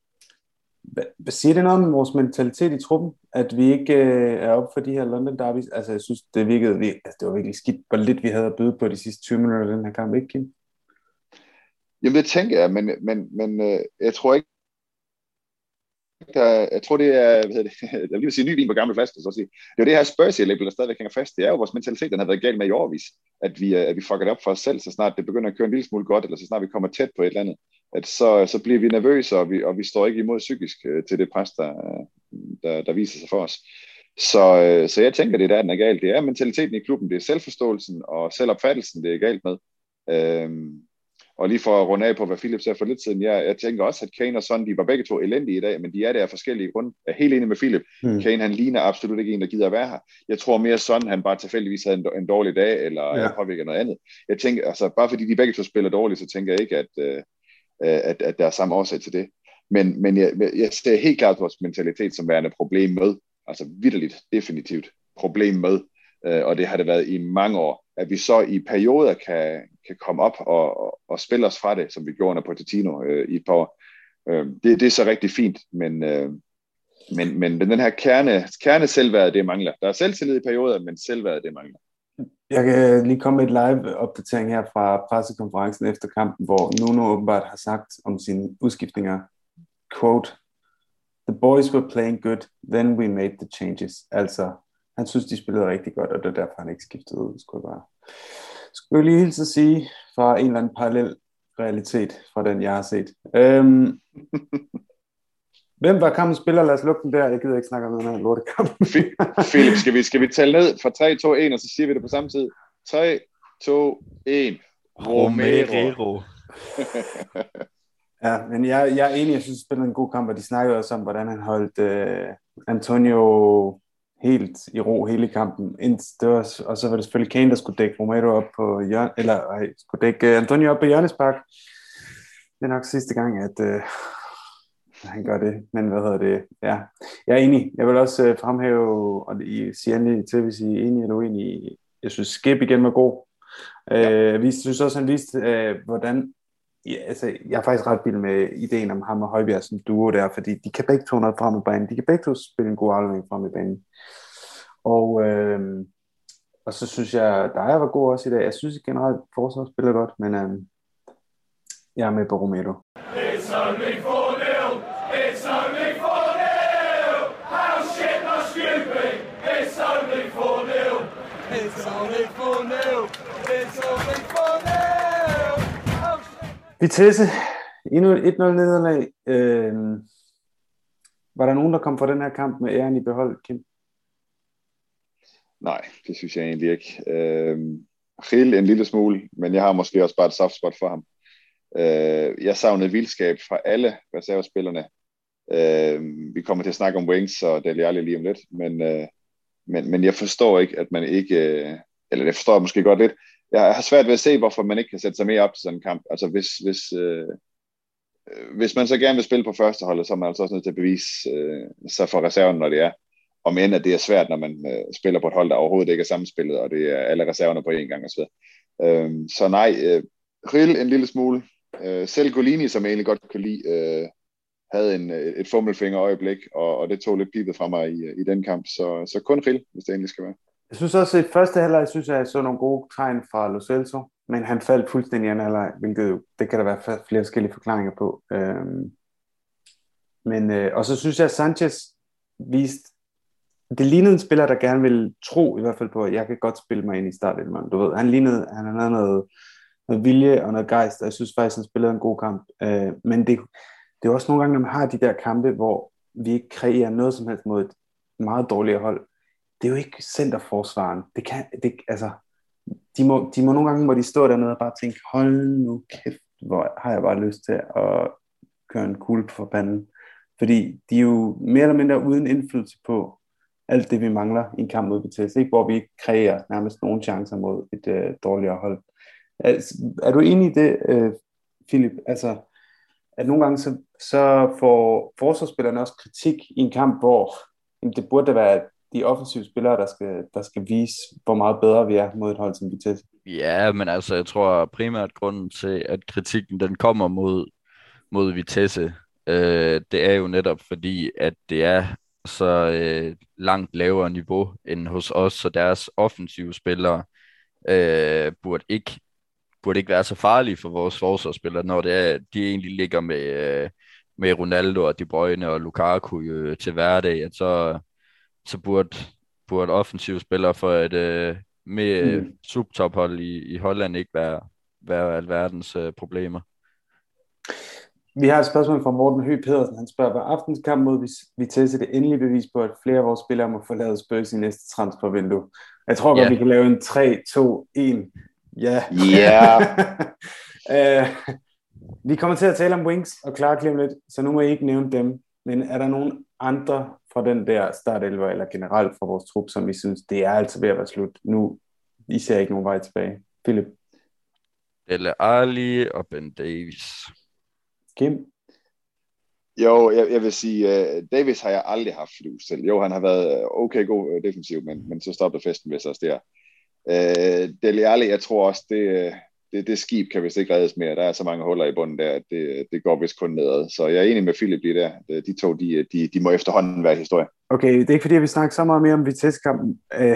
hvad, hvad siger det noget om vores mentalitet i truppen, at vi ikke øh, er oppe for de her London Derbys? Altså, jeg synes, det virkede, altså, det var virkelig skidt, hvor lidt vi havde at byde på de sidste tyve minutter af den her kamp, ikke, Kim? Jamen, det tænker jeg, men, men, men øh, jeg tror ikke, Der, jeg tror, det er, hvad det, jeg vil lige sige ny vin på gamle flasker, så at sige. Det er jo det her Spurs-label, der stadigvæk hænger fast. Det er jo vores mentalitet, den har været galt med i årvis, at vi, at vi fucker det op for os selv, så snart det begynder at køre en lille smule godt, eller så snart vi kommer tæt på et eller andet, at så, så bliver vi nervøse, og vi, og vi står ikke imod psykisk til det pres, der, der, der viser sig for os. Så, så jeg tænker, det er der, den er galt. Det er mentaliteten i klubben, det er selvforståelsen og selvopfattelsen, det er galt med. Øhm, Og lige for at runde af på, hvad Philip sagde for lidt siden, jeg, jeg tænker også, at Kane og Son, de var begge to elendige i dag, men de er der af forskellige grunde. Jeg er helt enig med Philip. Mm. Kane, han ligner absolut ikke en, der gider at være her. Jeg tror mere, Son, han bare tilfældigvis havde en, en dårlig dag, eller ja. påvirker noget andet. Jeg tænker, altså bare fordi de begge to spiller dårligt, så tænker jeg ikke, at, øh, at, at der er samme årsag til det. Men, men jeg, jeg ser helt klart vores mentalitet som værende problem med, altså vitterligt, definitivt problem med, øh, og det har det været i mange år. At vi så i perioder kan, kan komme op og, og, og spille os fra det, som vi gjorde under Pochettino øh, i et par år. Øh, det, det er så rigtig fint, men, øh, men, men den her kerne, kerne selvværd, det mangler. Der er selvtillid i perioder, men selvværd, det mangler. Jeg kan lige komme med et live-opdatering her fra pressekonferencen efter kampen, hvor Nuno åbenbart har sagt om sine udskiftninger, quote, "The boys were playing good, then we made the changes." Altså, han synes, de spillede rigtig godt, og det er derfor, han ikke skiftede ud. Skulle jeg bare skulle jeg lige hilse at sige fra en eller anden parallel realitet fra den, jeg har set. Øhm, hvem var kampens spiller? Lad os lukke den der. Jeg gider ikke snakke om den her lortekamp. Philip, skal vi, skal vi tælle ned fra tre, to, et, og så siger vi det på samme tid? tre, to, et. Romero. Ja, men jeg, jeg er enig, jeg synes, at spillede en god kamp, og de snakkede også om, hvordan han holdt uh, Antonio helt i ro hele kampen. Det var, og så var det selvfølgelig Kane, der skulle dække Romero op på hjørne, eller ej, skulle dække Antonio op på hjørnespark. Det er nok sidste gang, at øh, han gør det. Men hvad hedder det? Ja, jeg er enig. Jeg vil også øh, fremhæve, og I siger endelig til, hvis I er enige eller uenige. Jeg synes, Skip igen var god. Ja. Øh, vi synes også, han viste, øh, hvordan... Ja, altså, jeg er faktisk ret vild med ideen om ham og Højbjerg som duo der, fordi de kan begge to noget frem i banen. De kan begge to spille en god aflevering frem i banen. Og, øh, og så synes jeg, Dyer var god også i dag. Jeg synes generelt, at forsvaret spiller godt, men øh, jeg er med på Romero. It's only four nil! It's only four nil! How shit must you be? It's only four nil! It's only four nil! It's only four nil! Vitesse, endnu et nul nederlag. Øh, var der nogen, der kom fra den her kamp med æren i behold, Kim? Nej, det synes jeg egentlig ikke. Øh, Gil en lille smule, men jeg har måske også bare et softspot for ham. Øh, jeg savnede vildskab fra alle reservespillerne. Øh, vi kommer til at snakke om Wings og Dele Alli lige om lidt, men, øh, men, men jeg forstår ikke, at man ikke, øh, eller det forstår jeg måske godt lidt, jeg har svært ved at se, hvorfor man ikke kan sætte sig mere op til sådan en kamp. Altså hvis, hvis, øh, hvis man så gerne vil spille på førsteholdet, så er man altså også nødt til at bevise øh, sig for reserven, når det er. Om end at det er svært, når man øh, spiller på et hold, der overhovedet ikke er sammenspillet, og det er alle reserverne på én gang og så videre. Øh, så nej, øh, Gil en lille smule. Øh, selv Golini, som jeg egentlig godt kunne lide, øh, havde en, et fummelfinger øjeblik, og, og det tog lidt pibet fra mig i, i den kamp. Så, så kun Gil, hvis det egentlig skal være. Jeg synes også, at i første halvleg, synes jeg, jeg så nogle gode tegn fra Lo Celso, men han faldt fuldstændig i anden halvleg, hvilket det kan der være flere forskellige forklaringer på. Øhm, men, øh, og så synes jeg, at Sanchez viste, det lignede en spiller, der gerne ville tro, i hvert fald på, at jeg kan godt spille mig ind i starten. Du ved, han lignede, han havde noget, noget vilje og noget gejst, og jeg synes faktisk, han spillede en god kamp. Øh, men det, det er også nogle gange, når man har de der kampe, hvor vi ikke kreerer noget som helst mod et meget dårligere hold. Det er jo ikke centerforsvaren. Det kan, det, altså, de må, de må nogle gange, må de stå dernede og bare tænke, hold nu kæft, hvor har jeg bare lyst til at køre en kugle på panden. Fordi de er jo mere eller mindre uden indflydelse på alt det, vi mangler i en kamp mod Vitesse, ikke? Hvor vi ikke kreerer nærmest nogen chancer mod et øh, dårligere hold. Altså, er du enig i det, øh, Philip? Altså, at nogle gange så, så får forsvarsspillerne også kritik i en kamp, hvor jamen, det burde da være de offensive spillere, der skal, der skal vise, hvor meget bedre vi er mod et hold som Vitesse. Ja, men altså, jeg tror primært grunden til, at kritikken den kommer mod, mod Vitesse, øh, det er jo netop fordi, at det er så øh, langt lavere niveau end hos os, så deres offensive spillere øh, burde ikke burde ikke være så farlige for vores forsvarsspillere, når det er, de egentlig ligger med, øh, med Ronaldo og De Bruyne og Lukaku øh, til hverdag, at så så burde, burde offensive spillere for et øh, med mm. subtophold i, i Holland ikke være, være alverdens øh, problemer. Vi har et spørgsmål fra Morten Høgh Pedersen. Han spørger, var aftens kamp mod Vitesse det endelige bevis på, at flere af vores spillere må forlade Spurs i næste transfervindue? Jeg tror godt, yeah. vi kan lave en tre to en. Ja. Yeah. uh, vi kommer til at tale om Wings og Clark lige om lidt, så nu må I ikke nævne dem. Men er der nogen andre fra den der startelver, eller generelt fra vores trup, som vi synes, det er altså ved at være slut? Nu, I ser ikke nogen vej tilbage. Philip? Dele Alli og Ben Davies. Kim? Jo, jeg, jeg vil sige, uh, Davies har jeg aldrig haft flus til. Jo, han har været okay god uh, defensiv, men, men så stoppede festen ved sig der. Uh, Dele Alli, jeg tror også, det, det, det skib kan vist ikke reddes mere. Der er så mange huller i bunden der, at det, det går vist kun nedad. Så jeg er enig med Philip lige der. De to, de, de, de må efterhånden være historie. Okay, det er ikke fordi, vi snakker så meget mere om Vitesse-kampen. Uh,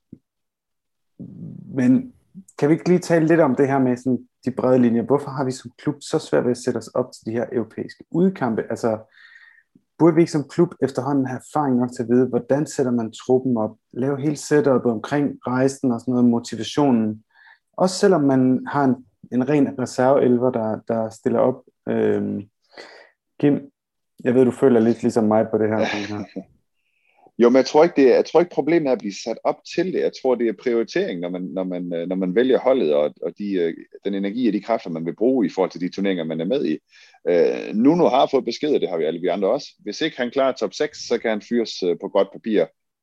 men kan vi ikke lige tale lidt om det her med sådan de brede linjer? Hvorfor har vi som klub så svært ved at sætte os op til de her europæiske udkampe? Altså, burde vi ikke som klub efterhånden have erfaring nok til at vide, hvordan sætter man truppen op? Lave hele setupet omkring rejsen og sådan noget, motivationen. Også selvom man har en, en ren reserveelver, der, der stiller op. Øhm, Kim, jeg ved, du føler lidt ligesom mig på det her. Jo, men jeg tror ikke, det er, jeg tror ikke problemet er at blive sat op til det. Jeg tror, det er prioritering, når man, når man, når man vælger holdet, og, og de, den energi og de kræfter, man vil bruge i forhold til de turneringer, man er med i. Uh, Nuno har fået besked, det har vi alle vi andre også. Hvis ikke han klarer top seks, så kan han fyres på godt papir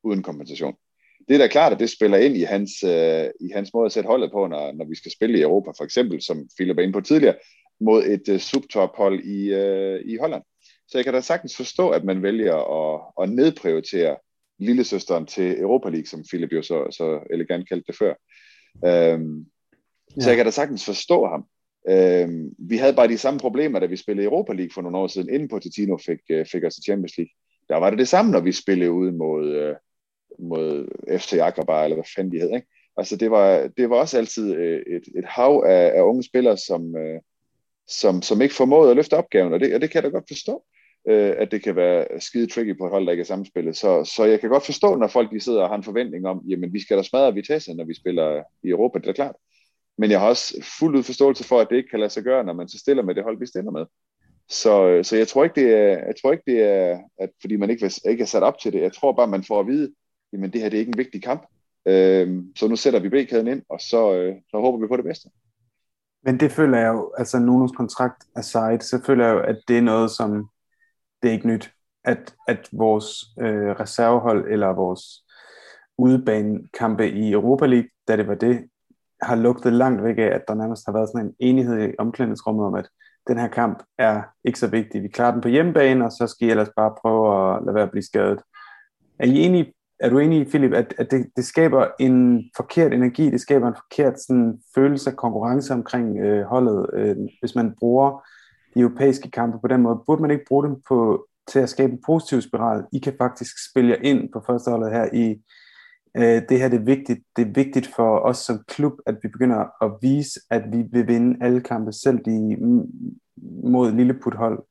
uden kompensation. Det er da klart, at det spiller ind i hans, øh, i hans måde at sætte holdet på, når, når vi skal spille i Europa, for eksempel, som Philip var inde på tidligere, mod et øh, subtophold i, øh, i Holland. Så jeg kan da sagtens forstå, at man vælger at, at nedprioritere lillesøsteren til Europa League, som Philip jo så, så elegant kaldte det før. Øhm, ja. Så jeg kan da sagtens forstå ham. Øhm, vi havde bare de samme problemer, da vi spillede Europa League for nogle år siden, inden Pochettino fik, fik os til Champions League. Der var det det samme, når vi spillede ude mod, øh, mod F C Agrabah, eller hvad fanden de hed, ikke? Altså det var, det var også altid et, et hav af, af unge spillere, som, øh, som, som ikke formåede at løfte opgaven, og det, og det kan jeg da godt forstå, øh, at det kan være skide tricky på et hold, der ikke er samspillet. Så, så jeg kan godt forstå, når folk de sidder og har en forventning om, jamen vi skal da smadre Vitesse, når vi spiller i Europa, det er klart. Men jeg har også fuldt ud forståelse for, at det ikke kan lade sig gøre, når man så stiller med det hold, vi stiller med. Så, så jeg tror ikke, det er, jeg tror ikke, det er at fordi man ikke, ikke er sat op til det. Jeg tror bare, man får at vide, jamen det her det er ikke en vigtig kamp. Øhm, så nu sætter vi B-kæden ind, og så, øh, så håber vi på det bedste. Men det føler jeg jo, altså Nunos kontrakt aside, så føler jeg jo, at det er noget, som det er ikke nyt. At, at vores øh, reservehold eller vores udebanekampe i Europa League, da det var det, har lugtet langt væk af, at der nærmest har været sådan en enighed i omklædningsrummet om, at den her kamp er ikke så vigtig. Vi klarer den på hjemmebane, og så skal I ellers bare prøve at lade være at blive skadet. Er I enige, er du enig i, Philip, at, at det, det skaber en forkert energi, det skaber en forkert sådan, følelse af konkurrence omkring øh, holdet, øh, hvis man bruger de europæiske kampe på den måde? Burde man ikke bruge dem på, til at skabe en positiv spiral? I kan faktisk spille jer ind på førsteholdet her i øh, det her, det er vigtigt. Det er vigtigt for os som klub, at vi begynder at vise, at vi vil vinde alle kampe, selv de mod lilleputhold.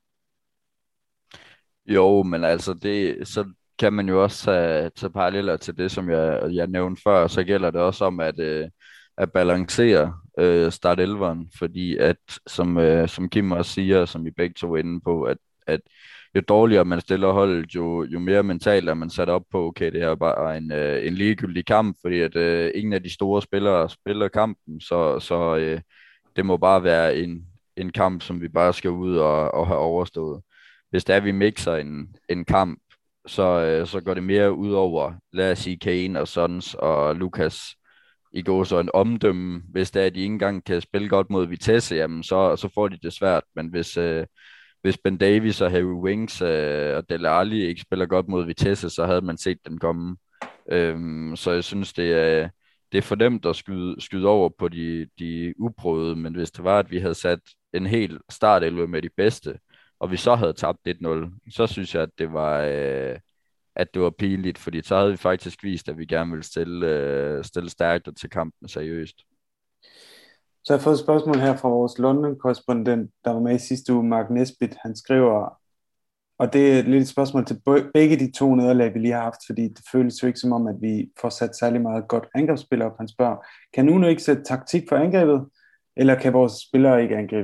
Jo, men altså, det, så kan man jo også tage, tage paralleller til det, som jeg, jeg nævnte før. Så gælder det også om at, øh, at balancere øh, start elveren, fordi at, som, øh, som Kim også siger, som I begge to er inde på, at, at jo dårligere man stiller holdet, jo, jo mere mentalt er man sat op på, okay, det her er bare en, øh, en ligegyldig kamp, fordi at øh, ingen af de store spillere spiller kampen, så, så øh, det må bare være en, en kamp, som vi bare skal ud og, og have overstået. Hvis det er, vi mixer en, en kamp, så, øh, så går det mere ud over, lad os sige, Kane og Sons og Lucas i går så en omdømme. Hvis det er, at de ikke engang kan spille godt mod Vitesse, jamen så, så får de det svært. Men hvis, øh, hvis Ben Davies og Harry Winks øh, og Dele Alli ikke spiller godt mod Vitesse, så havde man set dem komme. Øhm, så jeg synes, det er, det er for dem, der skyder, skyder over på de, de uprøvede. Men hvis det var, at vi havde sat en hel startelve med de bedste, og vi så havde tabt et nul, så synes jeg, at det var, øh, at det var pinligt, fordi så havde vi faktisk vist, at vi gerne ville stille, øh, stille stærkt og til kampen seriøst. Så har jeg fået et spørgsmål her fra vores London-korrespondent, der var med i sidste uge, Mark Nesbitt. Han skriver, og det er lidt et spørgsmål til begge de to nederlag, vi lige har haft, fordi det føles jo ikke som om, at vi får sat særlig meget godt angrebsspil op. Han spørger, kan Nuno ikke sætte taktik for angrebet, eller kan vores spillere ikke angribe?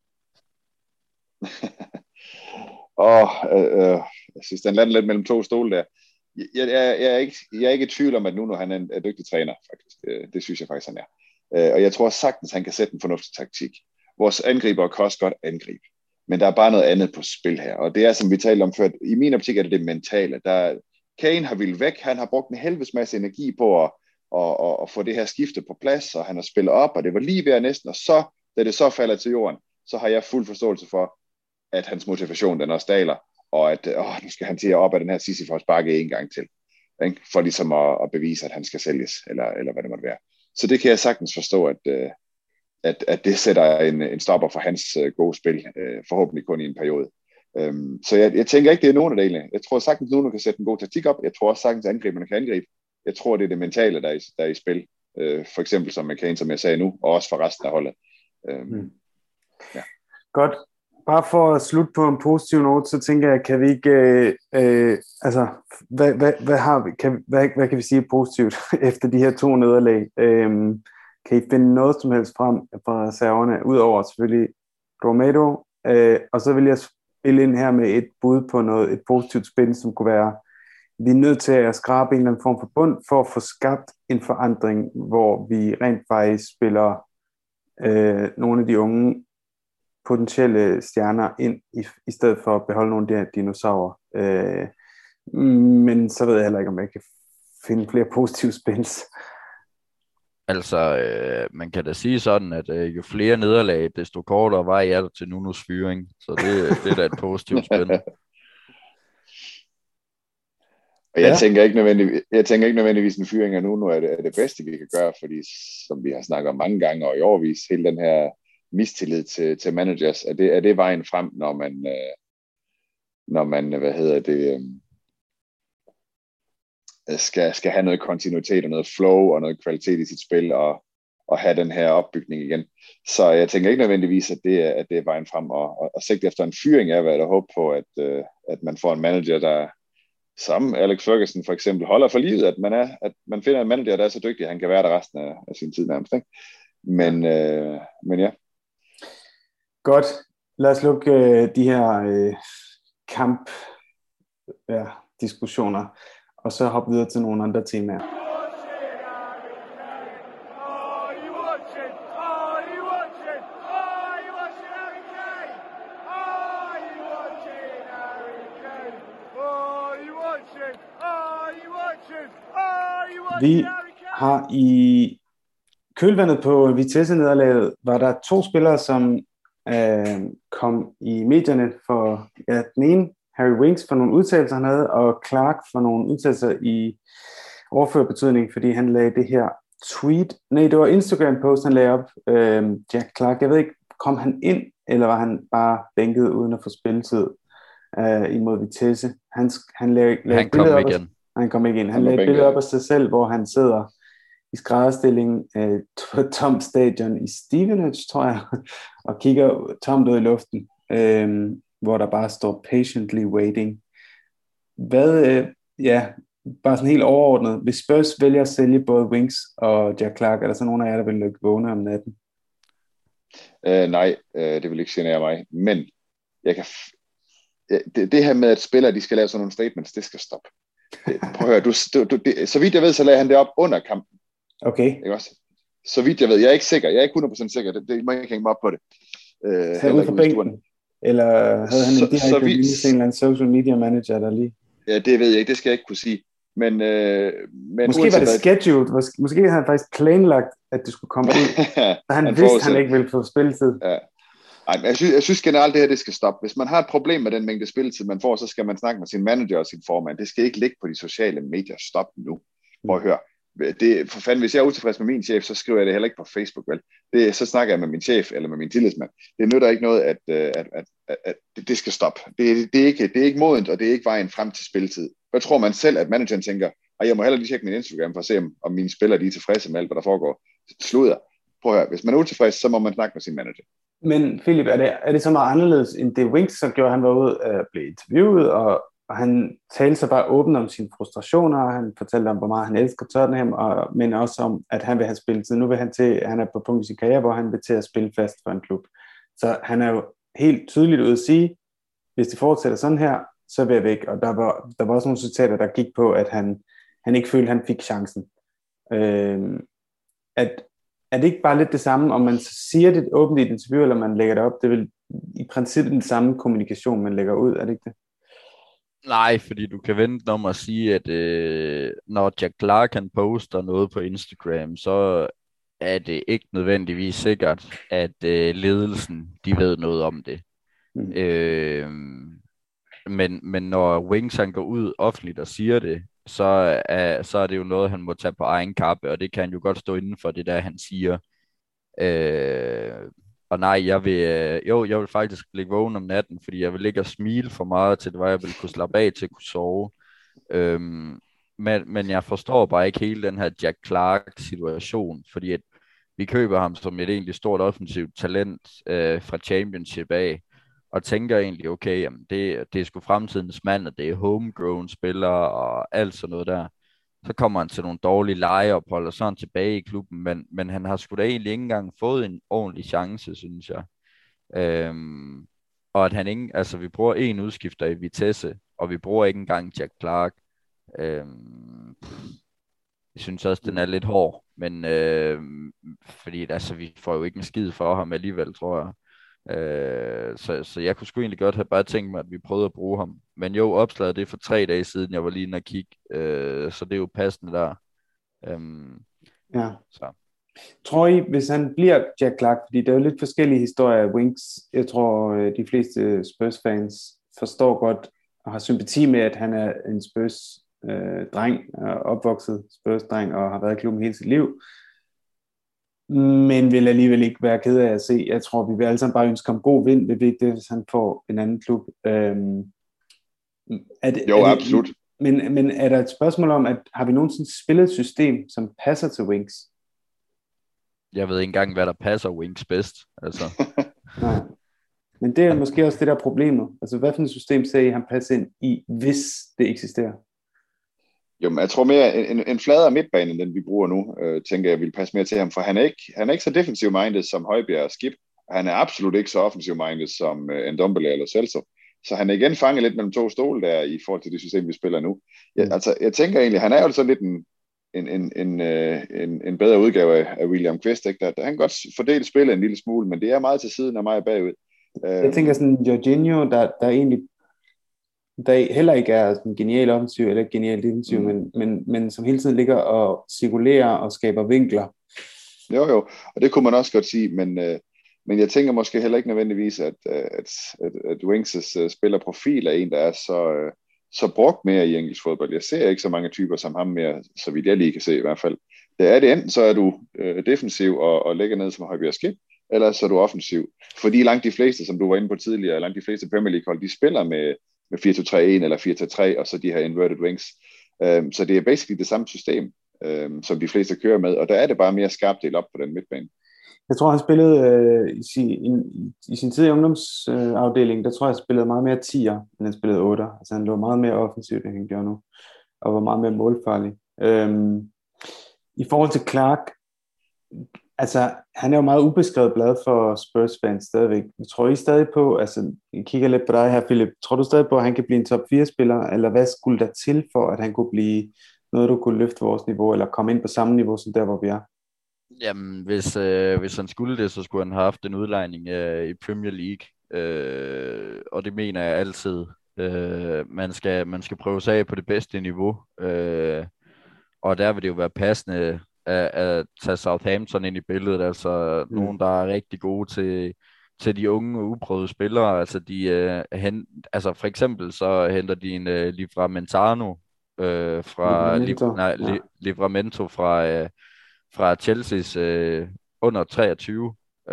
Åh, øh, øh, jeg synes, den lander lidt mellem to stole der. Jeg, jeg, jeg, er ikke, jeg er ikke i tvivl om, at Nuno han er en, en dygtig træner, faktisk. Det, det synes jeg faktisk, han er. Øh, og jeg tror sagtens, han kan sætte en fornuftig taktik. Vores angriber kan også godt angribe. Men der er bare noget andet på spil her. Og det er, som vi talte om før, i min optik er det det mentale. Der, Kane har vildt væk. Han har brugt en helvedes masse energi på at, at, at, at få det her skifte på plads, og han har spillet op, og det var lige ved næsten. Og så, da det så falder til jorden, så har jeg fuld forståelse for, at hans motivation den også daler, og at åh, nu skal han til at op af den her Sisyfos bakke en gang til, ikke? For ligesom at, at bevise, at han skal sælges, eller, eller hvad det måtte være. Så det kan jeg sagtens forstå, at, at, at det sætter en, en stopper for hans gode spil, forhåbentlig kun i en periode. Så jeg, jeg tænker ikke, det er nogen af delene. Jeg tror sagtens, nogen kan sætte en god taktik op. Jeg tror også sagtens, at angriberne kan angribe. Jeg tror, det er det mentale, der er i, der er i spil. For eksempel som med Kane, som jeg sagde nu, og også for resten af holdet. Mm. Ja. Godt. Bare for at slutte på en positiv note, så tænker jeg, kan vi ikke, øh, øh, altså, hvad, hvad, hvad, har vi, kan, hvad, hvad kan vi sige positivt efter de her to nederlag? Øh, kan I finde noget som helst frem fra reserverne, udover selvfølgelig Romero, øh, og så vil jeg spille ind her med et bud på noget, et positivt spil, som kunne være, vi er nødt til at skrabe en eller anden form for bund, for at få skabt en forandring, hvor vi rent faktisk spiller øh, nogle af de unge potentielle stjerner ind, i, i stedet for at beholde nogle af de her dinosaurer. Øh, men så ved jeg heller ikke, om jeg kan finde flere positive spils. Altså, øh, man kan da sige sådan, at øh, jo flere nederlag, desto kortere vej er der til Nunos fyring. Så det, det er da et positivt spil. Og jeg, Ja. tænker ikke nødvendigvis, jeg tænker ikke nødvendigvis, en fyring af Nuno er det, er det bedste, vi kan gøre, fordi som vi har snakket om mange gange, og i årvis, hele den her mistillid til, til managers, er det, er det vejen frem, når man, øh, når man, hvad hedder det, øh, skal, skal have noget kontinuitet og noget flow og noget kvalitet i sit spil, og, og have den her opbygning igen. Så jeg tænker ikke nødvendigvis, at det er, at det er vejen frem, og, og, og sigte efter en fyring er, hvad jeg håber på, at, øh, at man får en manager, der som Alex Ferguson for eksempel holder for livet, at man, er, at man finder en manager, der er så dygtig, at han kan være der resten af, af sin tid nærmest. Ikke? Men, øh, men ja. Godt. Lad os lukke øh, de her øh, kamp ja, diskussioner, og så hoppe videre til nogle andre temaer. Vi har i kølvandet på Vitesse-nederlaget, var der to spillere, som øh, kom i medierne for, ja, den ene, Harry Winks, for nogle udtalelser, han havde, og Clark for nogle udtalelser i overført betydning, fordi han lagde det her tweet, nej, det var Instagram-post, han lagde op, øh, Jack Clark, jeg ved ikke, kom han ind, eller var han bare bænket uden at få spilletid øh, imod Vitesse? Han, han lagde, lagde Han kom op igen. Af, han kom ikke ind. Han Han var lagde et bænket. billede op af sig selv, hvor han sidder i skrædderstilling øh, på et tomt stadion i Stevenage, tror jeg, og kigger tomt ud i luften, øh, hvor der bare står patiently waiting. Hvad, øh, ja, bare sådan helt overordnet, hvis Spurs vælger at sælge både Winks og Jack Clark, er der så nogen af jer, der vil ligge vågne om natten? Uh, nej, uh, det vil ikke genere mig. Men jeg kan f- ja, det, det her med, at spillere de skal lave sådan nogle statements, det skal stoppe. Det, prøv at høre, du, du, du, det, så vidt jeg ved, så lagde han det op under kampen. Okay. Ikke også? Så vidt jeg ved, jeg er ikke sikker, jeg er ikke hundrede procent sikker, det, det må jeg ikke hænge mig op på det. Uh, Så ud fra bænken? Eller havde han en Så- direkte så vi- linje til en eller anden social media manager, der lige... Ja, det ved jeg ikke, det skal jeg ikke kunne sige. Men, øh, men Måske var det scheduled, mås- måske havde han faktisk planlagt, at det skulle komme ud, og han, han vidste, at han ikke ville få spilletid. Ja. Ej, men jeg, synes, jeg synes generelt, det her det skal stoppe. Hvis man har et problem med den mængde spilletid, man får, så skal man snakke med sin manager og sin formand. Det skal ikke ligge på de sociale medier. Stop nu. Prøv at høre. Det, for fanden, hvis jeg er utilfreds med min chef, så skriver jeg det heller ikke på Facebook, vel? Det, så snakker jeg med min chef eller med min tillidsmand. Det nytter ikke noget, at, at, at, at, at det, det skal stoppe. Det, det, er ikke, det er ikke modent, og det er ikke vejen frem til spilletid. Hvad tror man selv, at manageren tænker, og jeg må heller lige tjekke min Instagram for at se, om, om mine spillere de er tilfredse med alt, hvad der foregår. Sluder. Prøv at høre, hvis man er utilfreds, så må man snakke med sin manager. Men Philip, er det, er det så meget anderledes end det Winks så gjorde? Han var ude og blev interviewet, og, og han talte sig bare åbent om sine frustrationer, og han fortalte om, hvor meget han elsker Tottenham, og, men også om, at han vil have spilletid. Nu vil han til, han er på punkt i sin karriere, hvor han vil til at spille fast for en klub. Så han er jo helt tydeligt ude at sige, hvis det fortsætter sådan her, så vil jeg væk. Og der var, der var også nogle citater, der gik på, at han, han ikke følte, at han fik chancen. Øhm, at, er det ikke bare lidt det samme, om man siger det åbent i et interview, eller man lægger det op? Det er vel i princippet den samme kommunikation, man lægger ud, er det ikke det? Nej, fordi du kan vente om at sige, at øh, når Jack Clark kan poster noget på Instagram, så er det ikke nødvendigvis sikkert, at øh, ledelsen de ved noget om det. Mm. Øh, men, men når Winks han går ud offentligt og siger det, så er, så er det jo noget, han må tage på egen kappe, og det kan han jo godt stå inden for det der, han siger. Øh, og nej, jeg vil, øh, jo, jeg vil faktisk ligge vågen om natten, fordi jeg vil ligge og smile for meget til det, hvor jeg vil kunne slappe af til at kunne sove. Øh, men, men jeg forstår bare ikke hele den her Jack Clark-situation, fordi at vi køber ham som et egentlig stort offensivt talent øh, fra Championship af, og tænker egentlig, okay, jamen det, det er sgu fremtidens mand, og det er homegrown spillere og alt sådan noget der. Så kommer han til nogle dårlige lejeophold, og så er han tilbage i klubben, men, men han har sgu da egentlig ikke engang fået en ordentlig chance, synes jeg. Øhm, og at han ikke, altså vi bruger en udskifter i Vitesse, og vi bruger ikke engang Jack Clark. Øhm, jeg synes også, den er lidt hård, men øh, fordi altså, vi får jo ikke en skid for ham alligevel, tror jeg. Øh, så, så jeg kunne sgu egentlig godt have bare tænkt mig, at vi prøvede at bruge ham. Men jo, opslaget det er for tre dage siden, jeg var lige inde og kigge, øh, så det er jo passende der. Øhm, Ja. så. Tror I, hvis han bliver Jack Clark, fordi der er jo lidt forskellige historier af Winks, jeg tror de fleste Spurs-fans forstår godt og har sympati med, at han er en Spurs-dreng, øh, opvokset Spurs-dreng og har været i klubben hele sit liv, men vil alligevel ikke være ked af at se. Jeg tror, vi vil alle sammen bare ønske ham god vind, vil vi ikke det, hvis han får en anden klub. Øhm, er det, jo, er det, absolut. Men, men er der et spørgsmål om, at har vi nogensinde spillet et system, som passer til Winks? Jeg ved ikke engang, hvad der passer Winks bedst. Altså. Nej. Men det er måske også det, der er problemet. Altså, hvad for et system ser I, han passer ind i, hvis det eksisterer? Jo, men jeg tror mere, en, en fladere midtbane, end den vi bruger nu, øh, tænker jeg, vil passe mere til ham, for han er ikke, han er ikke så defensiv-minded som Højbjerg og Skip, og han er absolut ikke så offensiv-minded som øh, Ndombele eller Celso. Så han er igen fanget lidt mellem to stole der, i forhold til det system, vi spiller nu. Jeg, altså, jeg tænker egentlig, han er jo sådan lidt en, en, en, en, en, en bedre udgave af, af William Kvist, ikke? Der, der, han kan godt fordele spillet en lille smule, men det er meget til siden og meget bagud. Jeg tænker sådan, Jorginho, der, der egentlig der heller ikke er sådan genial offensiv eller genial defensiv, mm. men, men, men som hele tiden ligger og cirkulerer og skaber vinkler. Jo, jo, og det kunne man også godt sige, men, øh, men jeg tænker måske heller ikke nødvendigvis, at, at, at, at Winks' uh, spillerprofil er en, der er så, uh, så brugt mere i engelsk fodbold. Jeg ser ikke så mange typer som ham mere, så vidt jeg lige kan se i hvert fald. Det er det enten, så er du øh, defensiv og, og ligger ned som Højbjerg Skip, eller så er du offensiv. Fordi langt de fleste, som du var inde på tidligere, langt de fleste Premier League-hold, de spiller med, med fire to tre en eller fire to tre, og så de her inverted wings. Um, så det er basically det samme system, um, som de fleste kører med, og der er det bare mere skarpt delt op på den midtbane. Jeg tror, han spillede øh, i, sin, i sin tid i ungdomsafdeling, øh, der tror jeg, han spillede meget mere tier, end han spillede otter. Altså han lå meget mere offensivt, end han gjorde nu, og var meget mere målfarlig. Um, I forhold til Clark, altså, han er jo meget ubeskrevet blad for Spurs-fans stadigvæk. Tror I stadig på, altså, jeg kigger lidt på dig her, Philip, tror du stadig på, at han kan blive en top fire-spiller, eller hvad skulle der til for, at han kunne blive noget, du kunne løfte vores niveau, eller komme ind på samme niveau, som der, hvor vi er? Jamen, hvis, øh, hvis han skulle det, så skulle han have haft en udlejning øh, i Premier League, øh, og det mener jeg altid. Øh, man, skal, man skal prøve sig af på det bedste niveau, øh, og der vil det jo være passende at, at tage Southampton ind i billedet, altså mm. nogen, der er rigtig gode til, til de unge og uprøvede spillere, altså de uh, hen, altså for eksempel så henter de en uh, Livramento uh, fra Livramento, li, nej, ja. li, Livramento fra uh, fra Chelseas uh, under treogtyve,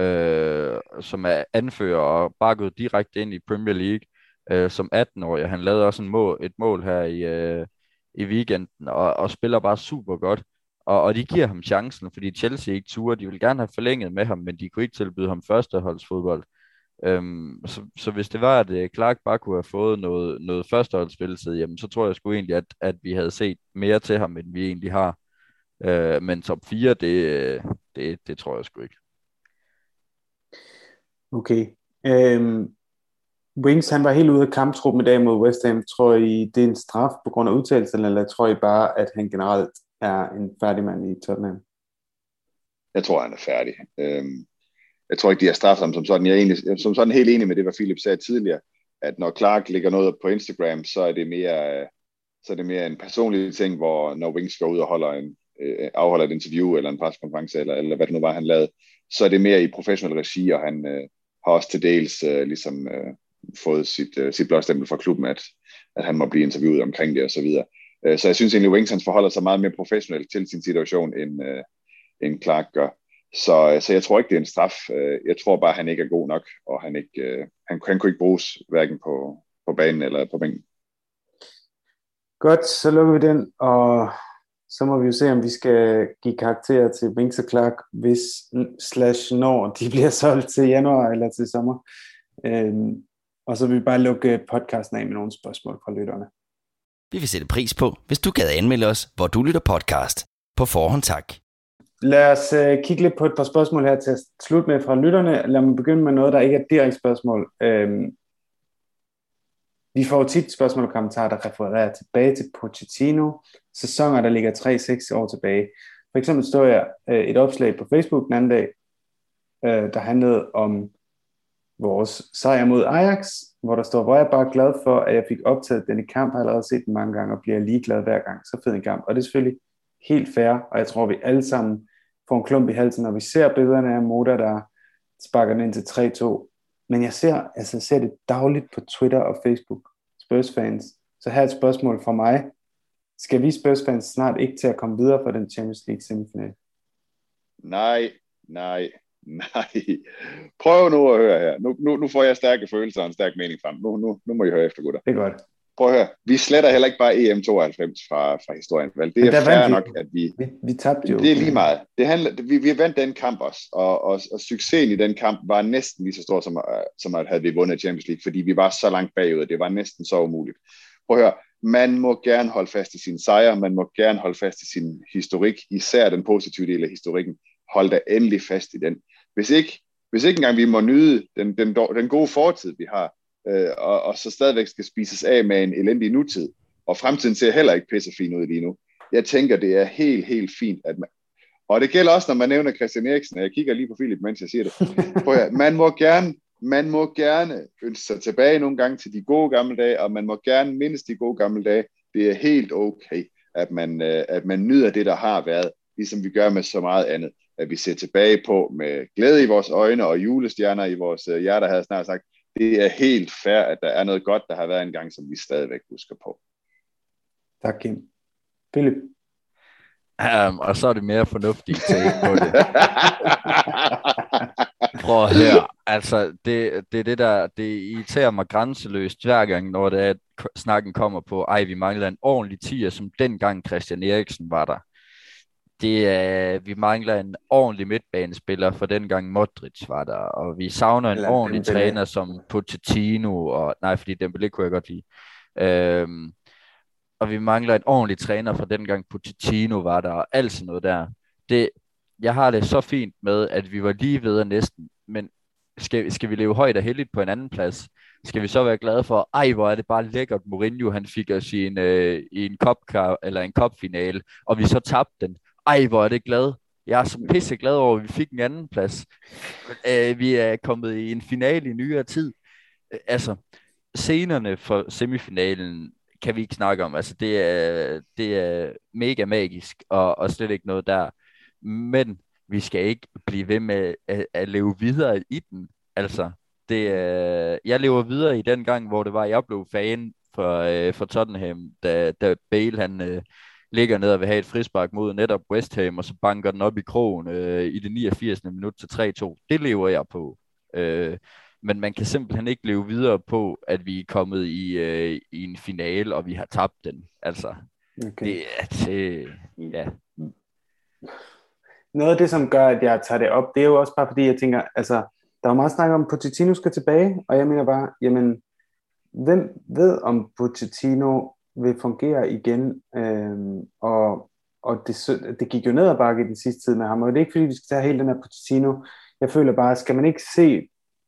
uh, som er anfører og bare gået direkte ind i Premier League uh, som atten-årig. Han lavede også en mål, et mål her i uh, i weekenden og, og spiller bare super godt. Og, og de giver ham chancen, fordi Chelsea ikke turde. De ville gerne have forlænget med ham, men de kunne ikke tilbyde ham førsteholdsfodbold. Øhm, så, så hvis det var, at Clark bare kunne have fået noget, noget førsteholdsspilletid, jamen så tror jeg sgu egentlig, at, at vi havde set mere til ham, end vi egentlig har. Øh, men top fire, det, det, det tror jeg sgu ikke. Okay. Øhm, Winks, han var helt ude af kamptruppen i dag mod West Ham. Tror I, det er en straf på grund af udtalelsen, eller tror I bare, at han generelt er en færdig mand i Tottenham? Jeg tror, han er færdig. Øhm, jeg tror ikke, de har straffet ham som sådan. Jeg er egentlig, som sådan helt enig med det, hvad Philip sagde tidligere, at når Clark lægger noget på Instagram, så er det mere, så er det mere en personlig ting, hvor når Winks går ud og holder en, øh, afholder et interview eller en pressekonference, eller, eller hvad det nu var, han lavede, så er det mere i professionel regi, og han øh, har også til dels øh, ligesom øh, fået sit, øh, sit blåstempel fra klubben, at, at han må blive interviewet omkring det og så videre. Så jeg synes egentlig, Winks han forholder sig meget mere professionelt til sin situation, end, øh, end Clark gør. Så, så jeg tror ikke, det er en straf. Jeg tror bare, han ikke er god nok, og han, ikke, øh, han, han kunne ikke bruges hverken på, på banen eller på bænken. Godt, så lukker vi den, og så må vi jo se, om vi skal give karakterer til Winks og Clark, hvis slash når de bliver solgt til januar eller til sommer. Øhm, og så vil vi bare lukke podcasten af med nogle spørgsmål fra lytterne. Vi vil sætte pris på, hvis du gad anmelde os, hvor du lytter podcast. På forhånd tak. Lad os uh, kigge lidt på et par spørgsmål her til at slutte med fra lytterne. Lad mig begynde med noget, der ikke er direkte spørgsmål. Øhm, vi får tit spørgsmål og kommentarer, der refererer tilbage til Pochettino. Sæsoner, der ligger tre til seks år tilbage. For eksempel stod jeg uh, et opslag på Facebook den anden dag, uh, der handlede om vores sejr mod Ajax, hvor der står, hvor jeg er bare glad for, at jeg fik optaget den i kamp, har allerede set den mange gange, og bliver lige glad hver gang. Så fed en kamp. Og det er selvfølgelig helt fair, og jeg tror, vi alle sammen får en klump i halsen, når vi ser billederne af Moda, der sparker den ind til tre to. Men jeg ser, altså, jeg ser det dagligt på Twitter og Facebook. Spurs-fans. Så her er et spørgsmål fra mig. Skal vi Spurs-fans snart ikke til at komme videre for den Champions League semifinal? Nej, nej, nej. Prøv nu at høre her. Nu, nu, nu får jeg stærke følelser og en stærk mening frem. Nu, nu, nu må I høre efter, gutter. Det er godt. Prøv at høre. Vi sletter heller ikke bare E M tooghalvfems fra, fra historien. Vel? Det er fair nok, at vi... Vi, vi tabte jo. Det er lige meget. Det handler, vi, vi vandt den kamp også, og, og, og succesen i den kamp var næsten lige så stor, som, som at havde vi vundet Champions League, fordi vi var så langt bagud, det var næsten så umuligt. Prøv at høre. Man må gerne holde fast i sin sejr, man må gerne holde fast i sin historik, især den positive del af historikken. Hold da endelig fast i den. Hvis ikke, hvis ikke engang vi må nyde den, den, den gode fortid, vi har, øh, og, og så stadigvæk skal spises af med en elendig nutid, og fremtiden ser heller ikke pissefin ud lige nu. Jeg tænker, det er helt, helt fint, at man... Og det gælder også, når man nævner Christian Eriksen, og jeg kigger lige på Philip, mens jeg siger det. Prøv at, man må gerne Man må gerne ønske sig tilbage nogle gange til de gode gamle dage, og man må gerne mindes de gode gamle dage. Det er helt okay, at man, at man nyder det, der har været, ligesom vi gør med så meget andet. At vi ser tilbage på med glæde i vores øjne og julestjerner i vores hjerter, havde jeg snart sagt. Det er helt fair, at der er noget godt, der har været en gang, som vi stadigvæk husker på. Tak, Kim. Philip? Um, og så er det mere fornuftigt take på det. Prøv at høre. Altså, det, det er det der, det irriterer mig grænseløst hver gang, når det er, at snakken kommer på, ej, vi mangler en ordentlig tier, som dengang Christian Eriksen var der. Det er, vi mangler en ordentlig midtbanespiller, for dengang Modric var der, og vi savner en Eller ordentlig Dembélé. Træner som Pochettino, og nej, fordi Dembélé kunne jeg godt lide. Øhm, og vi mangler en ordentlig træner, for dengang Pochettino var der, og alt sådan noget der. Det, jeg har det så fint med, at vi var lige ved næsten, men skal, skal vi leve højt og heldigt på en anden plads? Skal vi så være glade for, ej, hvor er det bare lækkert, Mourinho, han fik os i en, øh, i en cup, eller en cupfinale, og vi så tabte den. Ej, hvor er det glad. Jeg er så pisse glad over, at vi fik en anden plads. Øh, vi er kommet i en finale i nyere tid. Øh, altså, scenerne for semifinalen kan vi ikke snakke om. Altså, det er, det er mega magisk, og, og slet ikke noget der. Men vi skal ikke blive ved med at, at leve videre i den. Altså, det, øh, jeg lever videre i den gang, hvor det var, jeg blev fan for, øh, for Tottenham, da, da Bale, han... Øh, ligger ned og vil have et frispark mod netop West Ham, og så banker den op i krogen øh, i det niogfirsende minut til tre to. Det lever jeg på. Øh, men man kan simpelthen ikke leve videre på, at vi er kommet i, øh, i en finale, og vi har tabt den. Altså, okay. det er til... Ja. Noget af det, som gør, at jeg tager det op, det er jo også bare fordi, jeg tænker, altså, der er jo meget snak om, at Pochettino skal tilbage, og jeg mener bare, jamen, hvem ved, om Pochettino vil fungere igen, øhm, og, og det, det gik jo ned ad bakke i den sidste tid med ham, og det er ikke fordi, vi skal tage hele den her Pochettino. Jeg føler bare, skal man ikke se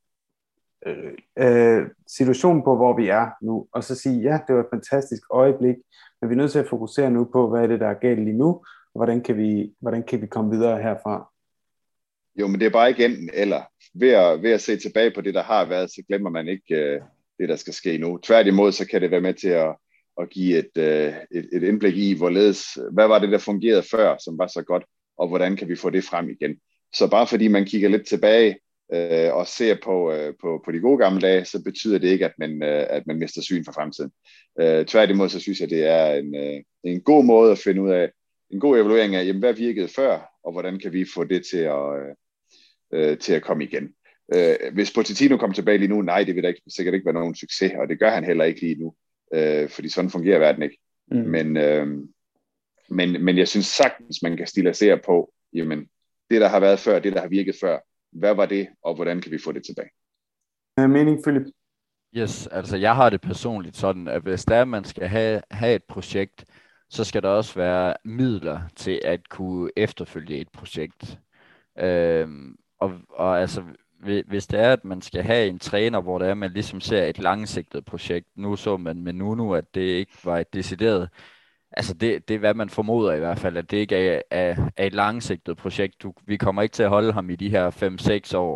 øh, øh, situationen på, hvor vi er nu, og så sige, ja, det var et fantastisk øjeblik, men vi er nødt til at fokusere nu på, hvad er det, der er galt lige nu, og hvordan kan vi, hvordan kan vi komme videre herfra? Jo, men det er bare ikke enten eller. Ved at, ved at se tilbage på det, der har været, så glemmer man ikke øh, det, der skal ske nu. Tværtimod, så kan det være med til at og give et, øh, et, et indblik i, hvorledes, hvad var det, der fungerede før, som var så godt, og hvordan kan vi få det frem igen. Så bare fordi man kigger lidt tilbage øh, og ser på, øh, på, på de gode gamle dage, så betyder det ikke, at man, øh, at man mister syn for fremtiden. Øh, tværtimod, så synes jeg, det er en, øh, en god måde at finde ud af, en god evaluering af, jamen, hvad virkede før, og hvordan kan vi få det til at, øh, til at komme igen. Øh, hvis Pochettino kommer tilbage lige nu, nej, det vil da ikke, sikkert ikke være nogen succes, og det gør han heller ikke lige nu. Øh, fordi sådan fungerer verden ikke. Mm. Men, øh, men, men jeg synes sagtens, man kan stilisere på, jamen, det der har været før, det der har virket før, hvad var det, og hvordan kan vi få det tilbage? Hvad mening, Philip? Yes, altså jeg har det personligt sådan, at hvis der man skal have, have et projekt, så skal der også være midler til at kunne efterfølge et projekt. Øhm, og, og altså hvis det er, at man skal have en træner, hvor det er, man ligesom ser et langsigtet projekt, nu så man med Nuno, at det ikke var et decideret, altså det, det er, hvad man formoder i hvert fald, at det ikke er, er, er et langsigtet projekt. Du, vi kommer ikke til at holde ham i de her fem seks år,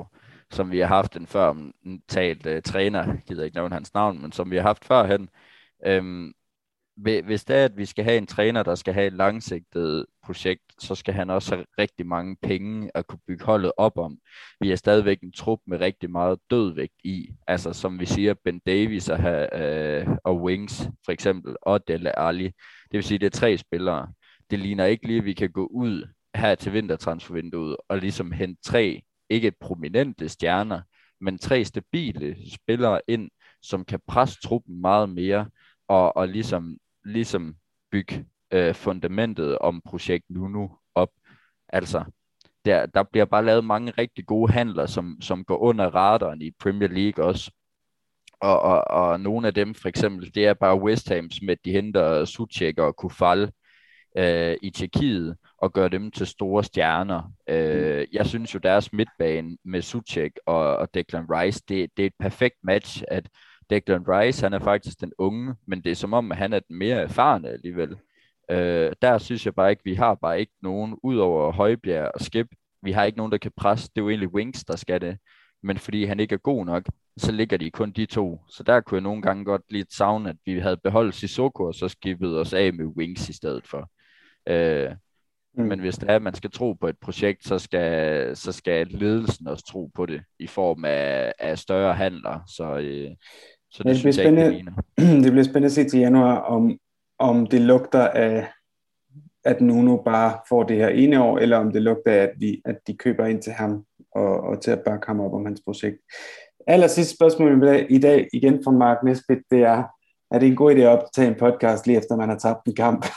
som vi har haft en før talt uh, træner, jeg gider ikke nævne hans navn, men som vi har haft førhen. Øhm, hvis det er, at vi skal have en træner, der skal have et langsigtet projekt, så skal han også have rigtig mange penge at kunne bygge holdet op om. Vi er stadigvæk en trup med rigtig meget dødvægt i. Altså som vi siger, Ben Davies og, øh, og Wings for eksempel, og Dele Alli. Det vil sige, det er tre spillere. Det ligner ikke lige, at vi kan gå ud her til vintertransfervinduet og ligesom hente tre, ikke prominente stjerner, men tre stabile spillere ind, som kan presse truppen meget mere, og, og ligesom, ligesom bygge øh, fundamentet om projekt Nuno op. Altså, der, der bliver bare lavet mange rigtig gode handler, som, som går under radaren i Premier League også. Og, og, og nogle af dem, for eksempel, det er bare West Ham, med de henter Souček og Kufal øh, i Tjekkiet, og gør dem til store stjerner. Øh, jeg synes jo, deres midtbane med Souček og, og Declan Rice, det, det er et perfekt match, at Declan Rice, han er faktisk den unge, men det er som om, at han er den mere erfarne alligevel. Øh, der synes jeg bare ikke, vi har bare ikke nogen, udover Højbjerg og Skip, vi har ikke nogen, der kan presse. Det er jo egentlig Wings, der skal det. Men fordi han ikke er god nok, så ligger de kun de to. Så der kunne jeg nogle gange godt lidt savne, at vi havde beholdt Sissoko, og så skippede os af med Wings i stedet for. Øh, mm. Men hvis det er, at man skal tro på et projekt, så skal, så skal ledelsen også tro på det, i form af, af større handler. Så, øh, så det, det, synes bliver jeg ikke, det det bliver spændende at se til januar, om, om det lugter af, at Nuno bare får det her ene år, eller om det lugter af, at, vi, at de køber ind til ham, og, og til at bakke ham op om hans projekt. Aller sidste spørgsmål i dag, igen fra Mark Nesbitt, det er, er det en god idé at optage en podcast, lige efter man har tabt en kamp?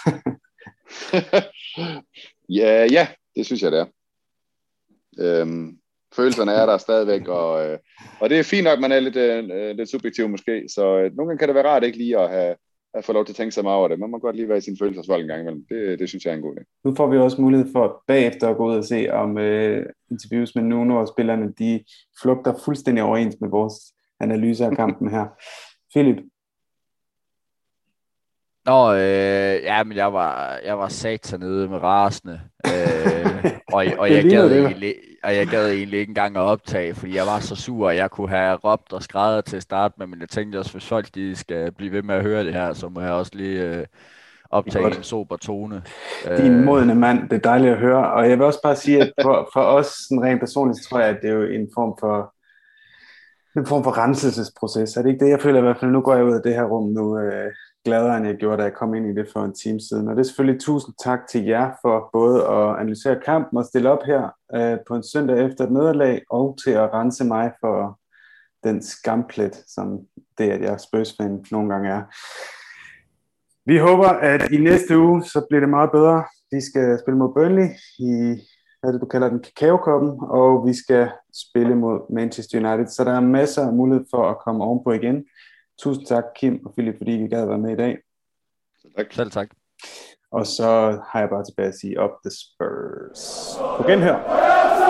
ja, ja, det synes jeg, det er. Øhm, følelserne er der stadigvæk, og, øh, og det er fint nok, at man er lidt, øh, lidt subjektiv måske, så øh, nogle gange kan det være rart ikke lige at have at få lov til at tænke sig meget over det. Man må godt lige være i sin følelsesvold en gang imellem. Det, det synes jeg er en god idé. Nu får vi også mulighed for bagefter at gå ud og se, om øh, interviews med Nuno og spillerne, de flugter fuldstændig overens med vores analyse af kampen her. Philip? Nå, øh, ja, men jeg var, jeg var sat nede med rasende, øh, og, og, jeg gad egentlig, og jeg gad egentlig ikke engang at optage, fordi jeg var så sur, og jeg kunne have råbt og skræddet til at starte med, men jeg tænkte også, hvis folk de skal blive ved med at høre det her, så må jeg også lige øh, optage en sober tone. Din modne mand, det er dejligt at høre, og jeg vil også bare sige, at for, for os sådan rent personligt, tror jeg, at det er jo en form for en form for renselsesproces. Er det ikke det, jeg føler i hvert fald? Nu går jeg ud af det her rum nu, øh, gladere end jeg gjorde, da jeg kom ind i det for en time siden. Og det er selvfølgelig tusind tak til jer for både at analysere kampen og stille op her øh, på en søndag efter et nederlag, og til at rense mig for den skamplet, som det, at jeg er Spurs-fan nogle gange er. Vi håber, at i næste uge, så bliver det meget bedre. Vi skal spille mod Burnley i, hvad er det, du kalder den, Kakao-koppen, og vi skal spille mod Manchester United. Så der er masser af mulighed for at komme ovenpå igen. Tusind tak, Kim og Philip, fordi I gad være med i dag. Tak. Selv tak. Og så har jeg bare tilbage at sige, up the Spurs. På genhør.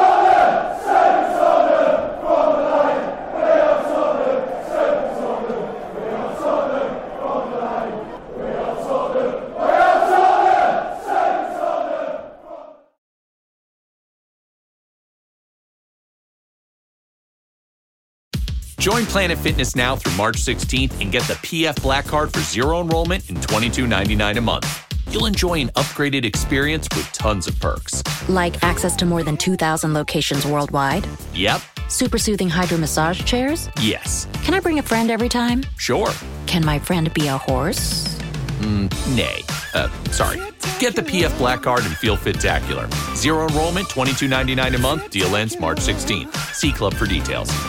Join Planet Fitness now through March sixteenth and get the P F Black Card for zero enrollment and twenty-two ninety-nine a month. You'll enjoy an upgraded experience with tons of perks. Like access to more than two thousand locations worldwide? Yep. Super soothing hydro massage chairs? Yes. Can I bring a friend every time? Sure. Can my friend be a horse? Mm, nay. Uh, sorry. Get the P F Black Card and feel fit-tacular. Zero enrollment, twenty-two ninety-nine a month. Deal ends March sixteenth. See Club for details.